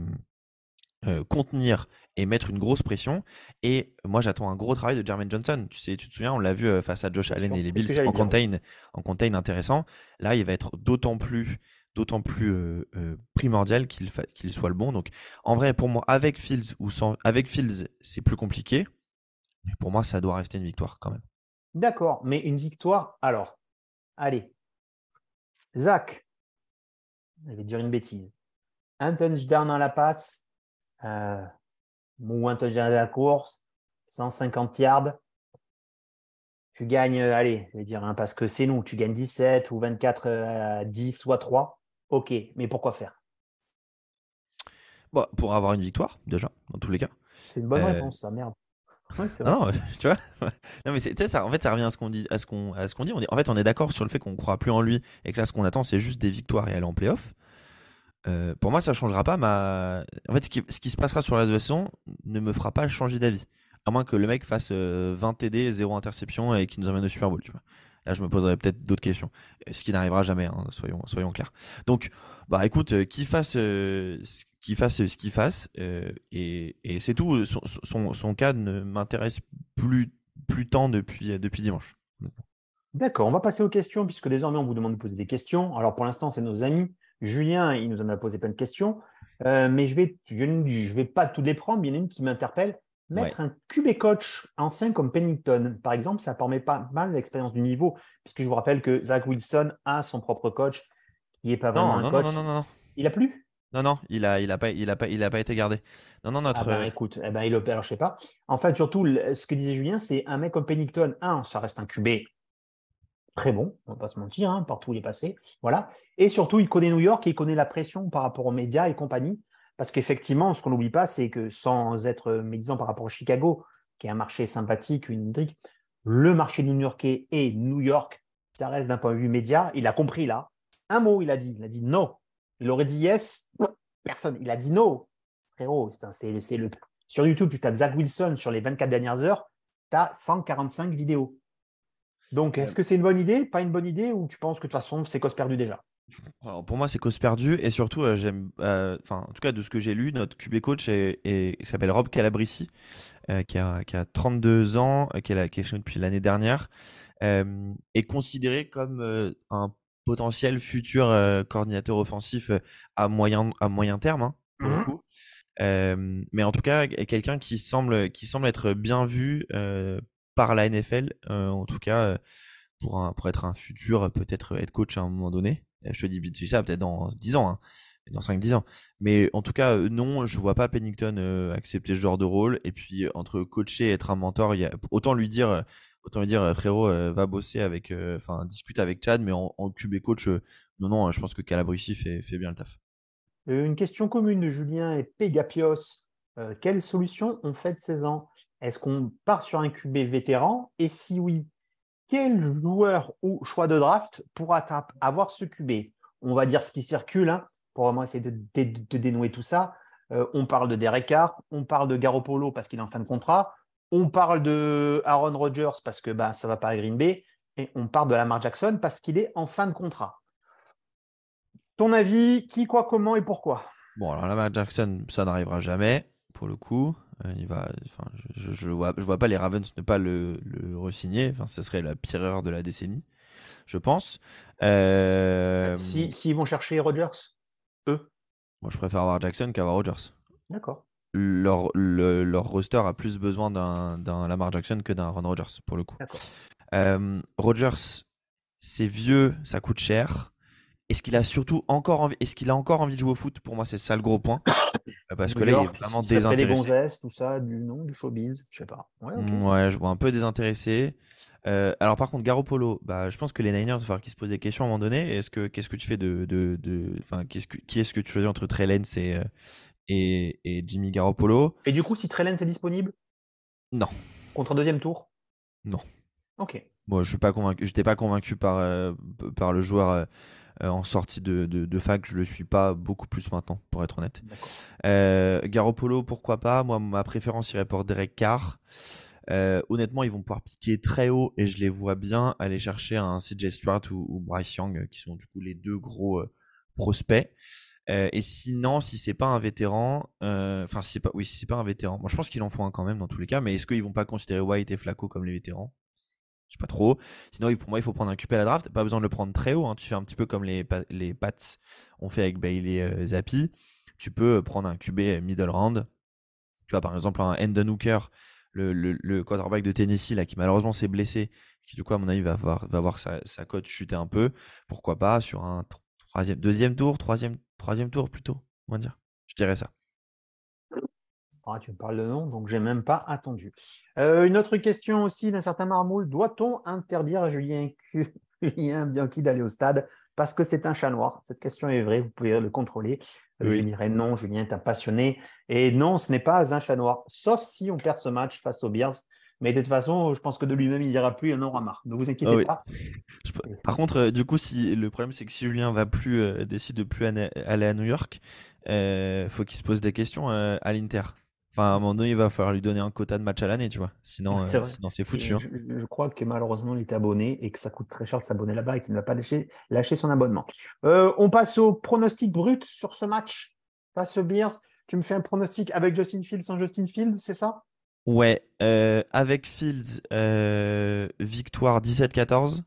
euh, contenir et mettre une grosse pression. Et moi, j'attends un gros travail de Jermaine Johnson. Tu sais, tu te souviens, on l'a vu euh, face à Josh Bien Allen sûr. et les C'est ce que Bills j'allais en dire. contain, en contain intéressant. Là, il va être d'autant plus, d'autant plus euh, euh, primordial qu'il fa- qu'il soit le bon. Donc, en vrai, pour moi, avec Fields ou sans, avec Fields, c'est plus compliqué. Mais pour moi, ça doit rester une victoire quand même. D'accord, mais une victoire, alors, allez, Zach, je vais dire une bêtise. Un touchdown à la passe, euh, ou un touchdown à la course, cent cinquante yards. Tu gagnes, euh, allez, je vais dire, hein, parce que c'est nous, tu gagnes dix-sept ou vingt-quatre à dix ou à trois. Ok, mais pourquoi faire? Bon, pour avoir une victoire, déjà, dans tous les cas. C'est une bonne Euh, réponse, ça, merde. Oui, c'est vrai. Non, non, tu vois. Non, mais c'est- tu sais, ça, en fait, ça revient à ce qu'on dit, à ce qu'on, à ce qu'on dit. On est, en fait, on est d'accord sur le fait qu'on ne croit plus en lui et que là, ce qu'on attend, c'est juste des victoires et aller en playoff. Euh, pour moi, ça changera pas ma. En fait, ce qui, ce qui se passera sur la saison ne me fera pas changer d'avis. À moins que le mec fasse euh, vingt T D, zéro interception et qu'il nous emmène au Super Bowl, tu vois. Là, je me poserai peut-être d'autres questions. Euh, Ce qui n'arrivera jamais, hein, soyons, soyons clairs. Donc, bah écoute, euh, qu'il fasse, euh, ce qu'il fasse euh, ce qu'il fasse, euh, et, et c'est tout. Son, son, son cas ne m'intéresse plus, plus tant depuis, depuis dimanche. D'accord, on va passer aux questions, puisque désormais, on vous demande de poser des questions. Alors, pour l'instant, c'est nos amis. Julien, il nous en a posé plein de questions. Euh, mais je vais, je ne vais pas toutes les prendre, mais il y en a une qui m'interpelle. Ouais. Mettre un Q B coach ancien comme Pennington, par exemple, ça permet pas mal l'expérience du niveau, puisque je vous rappelle que Zach Wilson a son propre coach, qui n'est pas vraiment Non, un non, non, non, coach. non, non, non. Il a plus? Non, non, il a, il a pas, il a pas, il a pas été gardé. Non, non, Ah notre. ben euh, écoute, eh ben, il opère, alors je sais pas. En fait, surtout, le- ce que disait Julien, c'est un mec comme Pennington. Un, ça reste un Q B très bon, on ne va pas se mentir, hein, partout où il est passé. Voilà. Et surtout, il connaît New York et il connaît la pression par rapport aux médias et compagnie. Parce qu'effectivement, ce qu'on n'oublie pas, c'est que sans être médisant par rapport à Chicago, qui est un marché sympathique, une intrigue, le marché new-yorkais et New York, ça reste d'un point de vue média. Il a compris là. Un mot, il a dit. Il a dit non. Il aurait dit yes. Personne. Il a dit no. Frérot, c'est, c'est le... sur YouTube, tu tapes Zach Wilson sur les vingt-quatre dernières heures, tu as cent quarante-cinq vidéos. Donc, est-ce que c'est une bonne idée, pas une bonne idée, ou tu penses que de toute façon, c'est cause perdue déjà? Alors pour moi, c'est cause perdue et surtout, euh, j'aime, euh, enfin, en tout cas de ce que j'ai lu, notre Q B coach est, est- il s'appelle Rob Calabresi, euh, qui a, qui a trente-deux ans, euh, qui est, là- qui est chez nous depuis l'année dernière, euh, est considéré comme euh, un potentiel futur euh, coordinateur offensif euh, à moyen, à moyen terme, hein, pour le Mhm. coup. Euh, mais en tout cas, est quelqu'un qui semble, qui semble être bien vu euh, par la N F L, euh, en tout cas euh, pour, un, pour être un futur, euh, peut-être head coach à un moment donné. Euh, Je te dis je dis ça peut-être dans dix ans, hein, dans cinq dix ans. Mais en tout cas, euh, non, je vois pas Pennington euh, accepter ce genre de rôle. Et puis, euh, entre coacher et être un mentor, il y a, autant lui dire, euh, autant lui dire, euh, frérot, euh, va bosser avec, euh, enfin, discute avec Chad, mais en, en Q B coach, euh, non, non, euh, je pense que Calabresi fait, fait bien le taf. Euh, Une question commune de Julien et Pégapios. Euh, quelle solution on fait de seize ans? Est-ce qu'on part sur un Q B vétéran? Et si oui, quel joueur ou choix de draft pourra avoir ce Q B? On va dire ce qui circule, hein, pour vraiment essayer de, de, de dénouer tout ça. Euh, on parle de Derek Carr, on parle de Garoppolo parce qu'il est en fin de contrat, on parle de Aaron Rodgers parce que bah, ça ne va pas à Green Bay, et on parle de Lamar Jackson parce qu'il est en fin de contrat. Ton avis, qui, quoi, comment et pourquoi? Bon, alors Lamar Jackson, ça n'arrivera jamais, pour le coup. Euh, il va, enfin, je, je, vois, je vois pas les Ravens ne pas le, le re-signer. Enfin, ce serait la pire erreur de la décennie, je pense. Euh, Si, S'ils vont chercher Rodgers, eux, Moi, je préfère avoir Jackson qu'avoir Rodgers. d'accord. Leur, le- leur roster a plus besoin d'un d'un Lamar Jackson que d'un Aaron Rodgers, pour le coup. D'accord. Euh, Rodgers, c'est vieux, ça coûte cher. Est-ce qu'il a surtout encore envie, est-ce qu'il a encore envie de jouer au foot? Pour moi, c'est ça le gros point. Euh, Parce que New là, il est York, vraiment il serait près des désintéressé. gonzesses, tout ça, du nom, du showbiz, je sais pas. Ouais, ok. Mm, Ouais, je vois un peu désintéressé. Euh, alors par contre, Garoppolo, bah, je pense que les Niners, il va falloir qu'ils se posent des questions à un moment donné. Est-ce que qu'est-ce que tu fais de, de, de- enfin, qu'est-ce que, qui est-ce que tu choisis entre Trey Lance et, euh, et, et Jimmy Garoppolo? Et du coup, si Trey Lance est disponible Non, contre un deuxième tour, non. ok. Moi, je suis pas convaincu. J'étais pas convaincu par euh, par le joueur euh, euh, en sortie de, de, de fac. Je le suis pas beaucoup plus maintenant, pour être honnête. D'accord. Euh, Garoppolo, pourquoi pas? Moi, ma préférence irait pour Derek Carr. Euh, honnêtement, ils vont pouvoir piquer très haut et je les vois bien aller chercher un C J Stroud ou, ou Bryce Young, euh, qui sont du coup les deux gros euh, prospects. Euh, et sinon, si c'est pas un vétéran, euh, enfin si c'est pas, oui, si c'est pas un vétéran, moi je pense qu'ils en font un quand même dans tous les cas. Mais est-ce qu'ils vont pas considérer White et Flacco comme les vétérans? Je sais pas trop. Sinon, oui, pour moi, il faut prendre un Q P à la draft. Pas besoin de le prendre très haut, hein. Tu fais un petit peu comme les, Pa- les Pats ont fait avec Bailey euh, Zappi. Tu peux euh, prendre un Q B middle round. Tu vois, par exemple, un Hendon Hooker, le, le, le quarterback de Tennessee, là, qui malheureusement s'est blessé, qui du coup, à mon avis, va voir, va voir sa, sa cote chuter un peu. Pourquoi pas sur un tro- troisième, deuxième tour, troisième, troisième tour plutôt, on va dire. Je dirais ça. Ah, tu me parles de nom, donc j'ai même pas attendu. Euh, une autre question aussi d'un certain Marmoul. Doit-on interdire à Julien, Cu- Julien Bianchi d'aller au stade parce que c'est un chat noir? Cette question est vraie, vous pouvez le contrôler. Euh, je Oui. dirais non, Julien est un passionné. Et non, ce n'est pas un chat noir, sauf si on perd ce match face aux Bears. Mais de toute façon, je pense que de lui-même, il dira plus, il en aura marre. Ne vous Ah inquiétez oui. pas. Je peux- Par contre, euh, du coup, si le problème c'est que si Julien va plus euh, décide de plus ana- aller à New York, euh, faut qu'il se pose des questions euh, à l'Inter. Enfin, à un moment donné, il va falloir lui donner un quota de match à l'année, tu vois. Sinon, C'est euh, vrai. sinon c'est Et foutu, hein. Je, je crois que malheureusement, il est abonné et que ça coûte très cher de s'abonner là-bas et qu'il ne va pas lâcher, lâcher son abonnement. Euh, on passe au pronostic brut sur ce match face aux Bears. Tu me fais un pronostic avec Justin Fields, sans Justin Fields, c'est ça? Ouais, euh, avec Fields, euh, victoire dix-sept quatorze.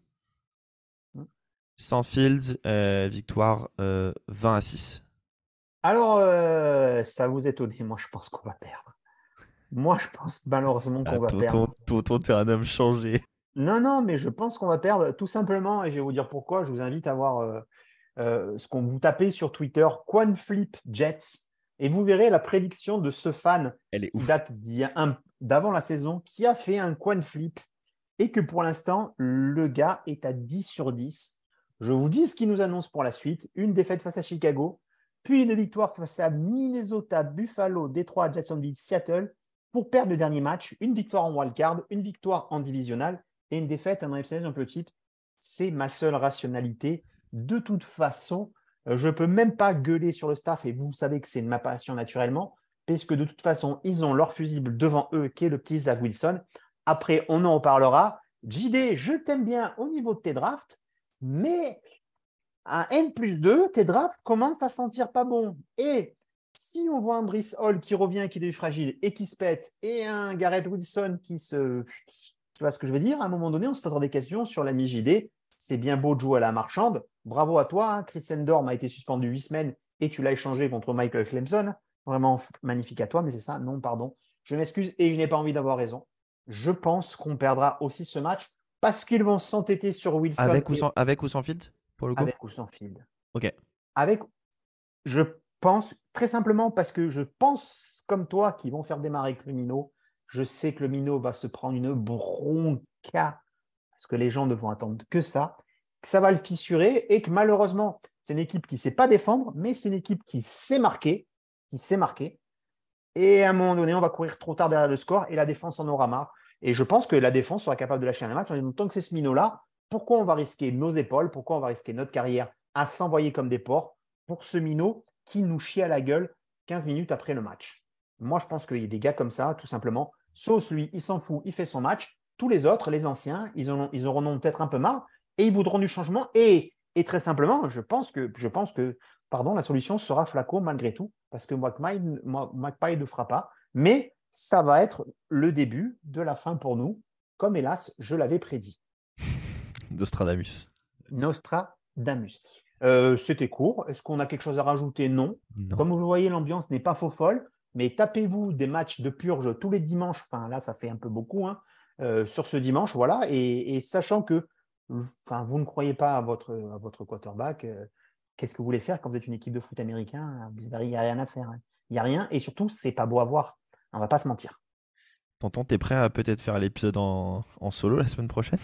Sans Fields, euh, victoire euh, vingt à six. Alors, euh, ça vous étonne. Moi, je pense qu'on va perdre. Moi, je pense malheureusement Ah, qu'on va tonton, perdre. tonton, t'es un homme changé. Non, non, mais je pense qu'on va perdre tout simplement, et je vais vous dire pourquoi. Je vous invite à voir euh, euh, ce qu'on vous tapez sur Twitter, QuanFlip Jets, et vous verrez la prédiction de ce fan Elle est qui ouf. date d'il y a un- d'avant la saison, qui a fait un coin flip et que pour l'instant, le gars est à dix sur dix. Je vous dis ce qu'il nous annonce pour la suite. Une défaite face à Chicago, puis une victoire face à Minnesota, Buffalo, Détroit, Jacksonville, Seattle pour perdre le dernier match. Une victoire en wildcard, une victoire en divisional et une défaite en A F C Championship. C'est ma seule rationalité. De toute façon, je ne peux même pas gueuler sur le staff et vous savez que c'est de ma passion naturellement, puisque de toute façon, ils ont leur fusible devant eux qui est le petit Zach Wilson. Après, on en reparlera. J D, je t'aime bien au niveau de tes drafts, mais à N plus deux, tes drafts commencent à sentir pas bon. Et si on voit un Brice Hall qui revient, qui est fragile et qui se pète, et un Garrett Wilson qui se… Tu vois ce que je veux dire? À un moment donné, on se posera des questions sur l'ami J D. C'est bien beau de jouer à la marchande. Bravo à toi. Hein. Chris Endorm a été suspendu huit semaines et tu l'as échangé contre Michael Clemson. Vraiment magnifique à toi, mais c'est ça. Non, pardon. Je m'excuse et je n'ai pas envie d'avoir raison. Je pense qu'on perdra aussi ce match parce qu'ils vont s'entêter sur Wilson. Avec ou et... sans, avec ou sans Fields, pour le coup? Avec ou sans Field. Ok. Avec, je pense, très simplement parce que je pense comme toi qu'ils vont faire démarrer avec le Minot. Je sais que le Minot va se prendre une bronca parce que les gens ne vont attendre que ça, que ça va le fissurer et que malheureusement, c'est une équipe qui ne sait pas défendre, mais c'est une équipe qui sait marquer, qui sait marquer. Et à un moment donné, on va courir trop tard derrière le score et la défense en aura marre. Et je pense que la défense sera capable de lâcher un match en disant tant que c'est ce Minot-là, pourquoi on va risquer nos épaules, pourquoi on va risquer notre carrière à s'envoyer comme des porcs pour ce Minot qui nous chie à la gueule quinze minutes après le match. Moi, je pense qu'il y a des gars comme ça, tout simplement. Sauce, lui, il s'en fout, il fait son match. Tous les autres, les anciens, ils, en ont, ils auront peut-être un peu marre et ils voudront du changement. Et, et très simplement, je pense que, je pense que pardon, la solution sera Flacco malgré tout, parce que McPie ne le fera pas. Mais ça va être le début de la fin pour nous, comme hélas, je l'avais prédit. Nostradamus. Nostradamus. Euh, C'était court. Est-ce qu'on a quelque chose à rajouter? Non. Non. Comme vous voyez, l'ambiance n'est pas faux folle, mais tapez-vous des matchs de purge tous les dimanches. Enfin, là, ça fait un peu beaucoup hein, euh, sur ce dimanche. Voilà. Et, et sachant que enfin, vous ne croyez pas à votre, à votre quarterback, euh, qu'est-ce que vous voulez faire quand vous êtes une équipe de foot américain? Il n'y a rien à faire. Hein. Il n'y a rien. Et surtout, ce n'est pas beau à voir. On ne va pas se mentir. Tonton, t'es prêt à peut-être faire l'épisode en, en solo la semaine prochaine?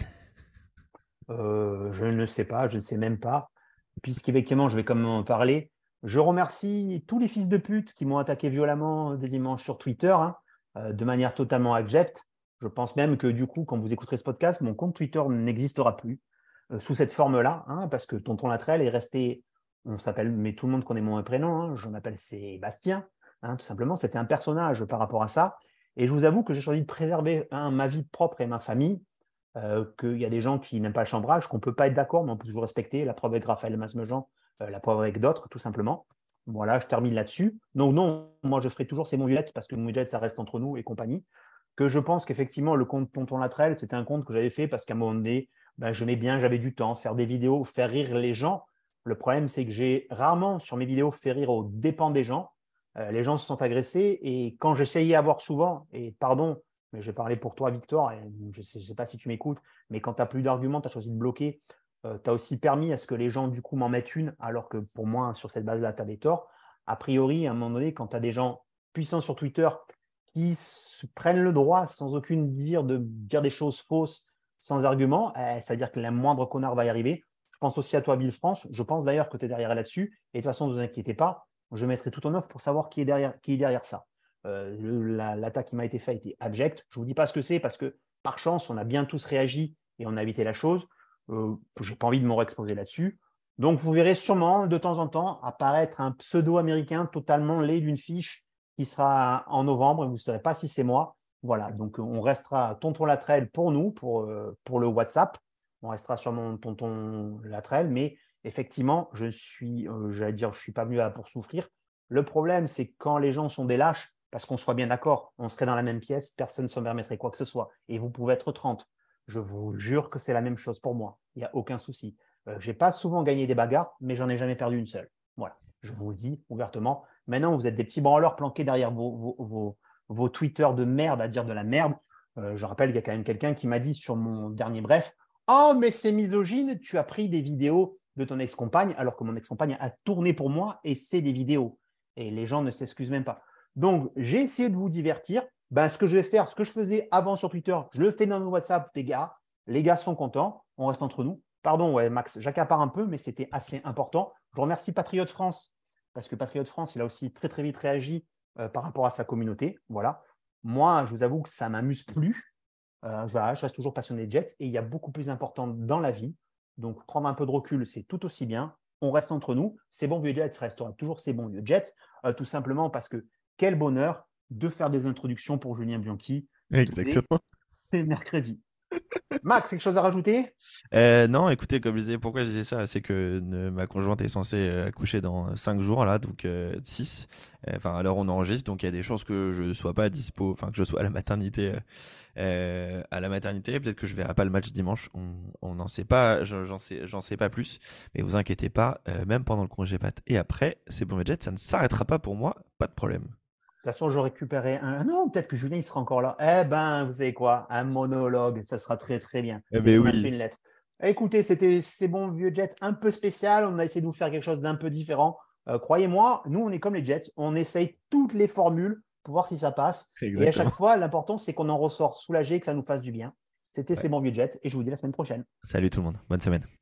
euh, Je ne sais pas. Je ne sais même pas. Puisqu'effectivement, je vais quand même en parler. Je remercie tous les fils de pute qui m'ont attaqué violemment des dimanches sur Twitter, hein, euh, de manière totalement abjecte. Je pense même que du coup, quand vous écouterez ce podcast, mon compte Twitter n'existera plus euh, sous cette forme-là, hein, parce que Tonton Latrelle est resté, on s'appelle, mais tout le monde connaît mon prénom, hein, je m'appelle Sébastien, hein, tout simplement. C'était un personnage par rapport à ça. Et je vous avoue que j'ai choisi de préserver hein, ma vie propre et ma famille, euh, qu'il y a des gens qui n'aiment pas le chambrage, qu'on ne peut pas être d'accord, mais on peut toujours respecter. La preuve avec Raphaël Masmejean, euh, la preuve avec d'autres, tout simplement. Voilà, je termine là-dessus. Donc non, moi je ferai toujours c'est mon Jets parce que mon Jets, ça reste entre nous et compagnie. Que je pense qu'effectivement, le compte Tonton Latrelle, c'était un compte que j'avais fait parce qu'à un moment donné, ben, je mets bien, j'avais du temps, faire des vidéos, faire rire les gens. Le problème, c'est que j'ai rarement, sur mes vidéos, fait rire aux dépens des gens. Euh, les gens se sont agressés et quand j'essayais à voir souvent, et pardon, mais je vais parler pour toi, Victor, et je ne sais, sais pas si tu m'écoutes, mais quand tu n'as plus d'arguments, tu as choisi de bloquer, euh, tu as aussi permis à ce que les gens, du coup, m'en mettent une, alors que pour moi, sur cette base-là, tu avais tort. A priori, à un moment donné, quand tu as des gens puissants sur Twitter qui se prennent le droit, sans aucune dire, de dire des choses fausses, sans argument, eh, ça veut dire que le moindre connard va y arriver. Je pense aussi à toi, Villefrance. Je pense d'ailleurs que tu es derrière là-dessus. Et de toute façon, ne vous inquiétez pas, je mettrai tout en œuvre pour savoir qui est derrière, qui est derrière ça. Euh, le, la, l'attaque qui m'a été faite était abjecte. Je ne vous dis pas ce que c'est parce que, par chance, on a bien tous réagi et on a évité la chose. Euh, je n'ai pas envie de me réexposer là-dessus. Donc, vous verrez sûrement, de temps en temps, apparaître un pseudo-américain totalement laid d'une fiche qui sera en novembre et vous ne saurez pas si c'est moi. Voilà, donc on restera Tonton Latrelle pour nous, pour, euh, pour le WhatsApp. On restera sur mon Tonton Latrelle, mais effectivement, je suis, euh, j'allais dire, je ne suis pas venu là pour souffrir. Le problème, c'est que quand les gens sont des lâches, parce qu'on soit bien d'accord, on serait dans la même pièce, personne ne se permettrait quoi que ce soit. Et vous pouvez être trente. Je vous jure que c'est la même chose pour moi. Il n'y a aucun souci. Euh, je n'ai pas souvent gagné des bagarres, mais j'en ai jamais perdu une seule. Voilà, je vous le dis ouvertement. Maintenant, vous êtes des petits branleurs planqués derrière vos, vos, vos, vos tweeters de merde à dire de la merde. Euh, je rappelle qu'il y a quand même quelqu'un qui m'a dit sur mon dernier bref « Oh, mais c'est misogyne, tu as pris des vidéos de ton ex-compagne, alors que mon ex-compagne a tourné pour moi et c'est des vidéos. » Et les gens ne s'excusent même pas. Donc, j'ai essayé de vous divertir. Ben, ce que je vais faire, ce que je faisais avant sur Twitter, je le fais dans nos WhatsApp, les gars. Les gars sont contents, on reste entre nous. Pardon, ouais, Max, j'accapare un peu, mais c'était assez important. Je remercie Patriote France, parce que Patriote France, il a aussi très très vite réagi euh, par rapport à sa communauté. Voilà. Moi, je vous avoue que ça ne m'amuse plus. Euh, voilà, je reste toujours passionné de Jets et il y a beaucoup plus important dans la vie. Donc, prendre un peu de recul, c'est tout aussi bien. On reste entre nous. Ces bons vieux Jets resteront toujours ces bons vieux Jets, euh, tout simplement parce que quel bonheur de faire des introductions pour Julien Bianchi. Exactement. C'est mercredi. Max, quelque chose à rajouter? Euh, non, écoutez, comme je disais, pourquoi je disais ça, c'est que euh, ma conjointe est censée euh, accoucher dans cinq jours, là, donc euh, six. Enfin, à l'heure où on enregistre, donc il y a des chances que je sois pas dispo, enfin, que je sois à la maternité. Euh, euh, à la maternité, peut-être que je verrai pas le match dimanche, on n'en sait pas, je- j'en sais, j'en sais pas plus, mais vous inquiétez pas, euh, même pendant le congé pat et après, c'est bon, Jet, ça ne s'arrêtera pas pour moi, pas de problème. De toute façon, je récupérerai un. Ah non, peut-être que Julien, il sera encore là. Eh ben, vous savez quoi? Un monologue, ça sera très, très bien. Eh Et ben on a fait oui. une lettre. Écoutez, c'était ces bons vieux Jets un peu spécial. On a essayé de vous faire quelque chose d'un peu différent. Euh, croyez-moi, nous, on est comme les Jets. On essaye toutes les formules pour voir si ça passe. Et à Exactement. chaque fois, l'important, c'est qu'on en ressort soulagé, que ça nous fasse du bien. C'était Ouais. ces bons vieux Jets. Et je vous dis à la semaine prochaine. Salut tout le monde, bonne semaine.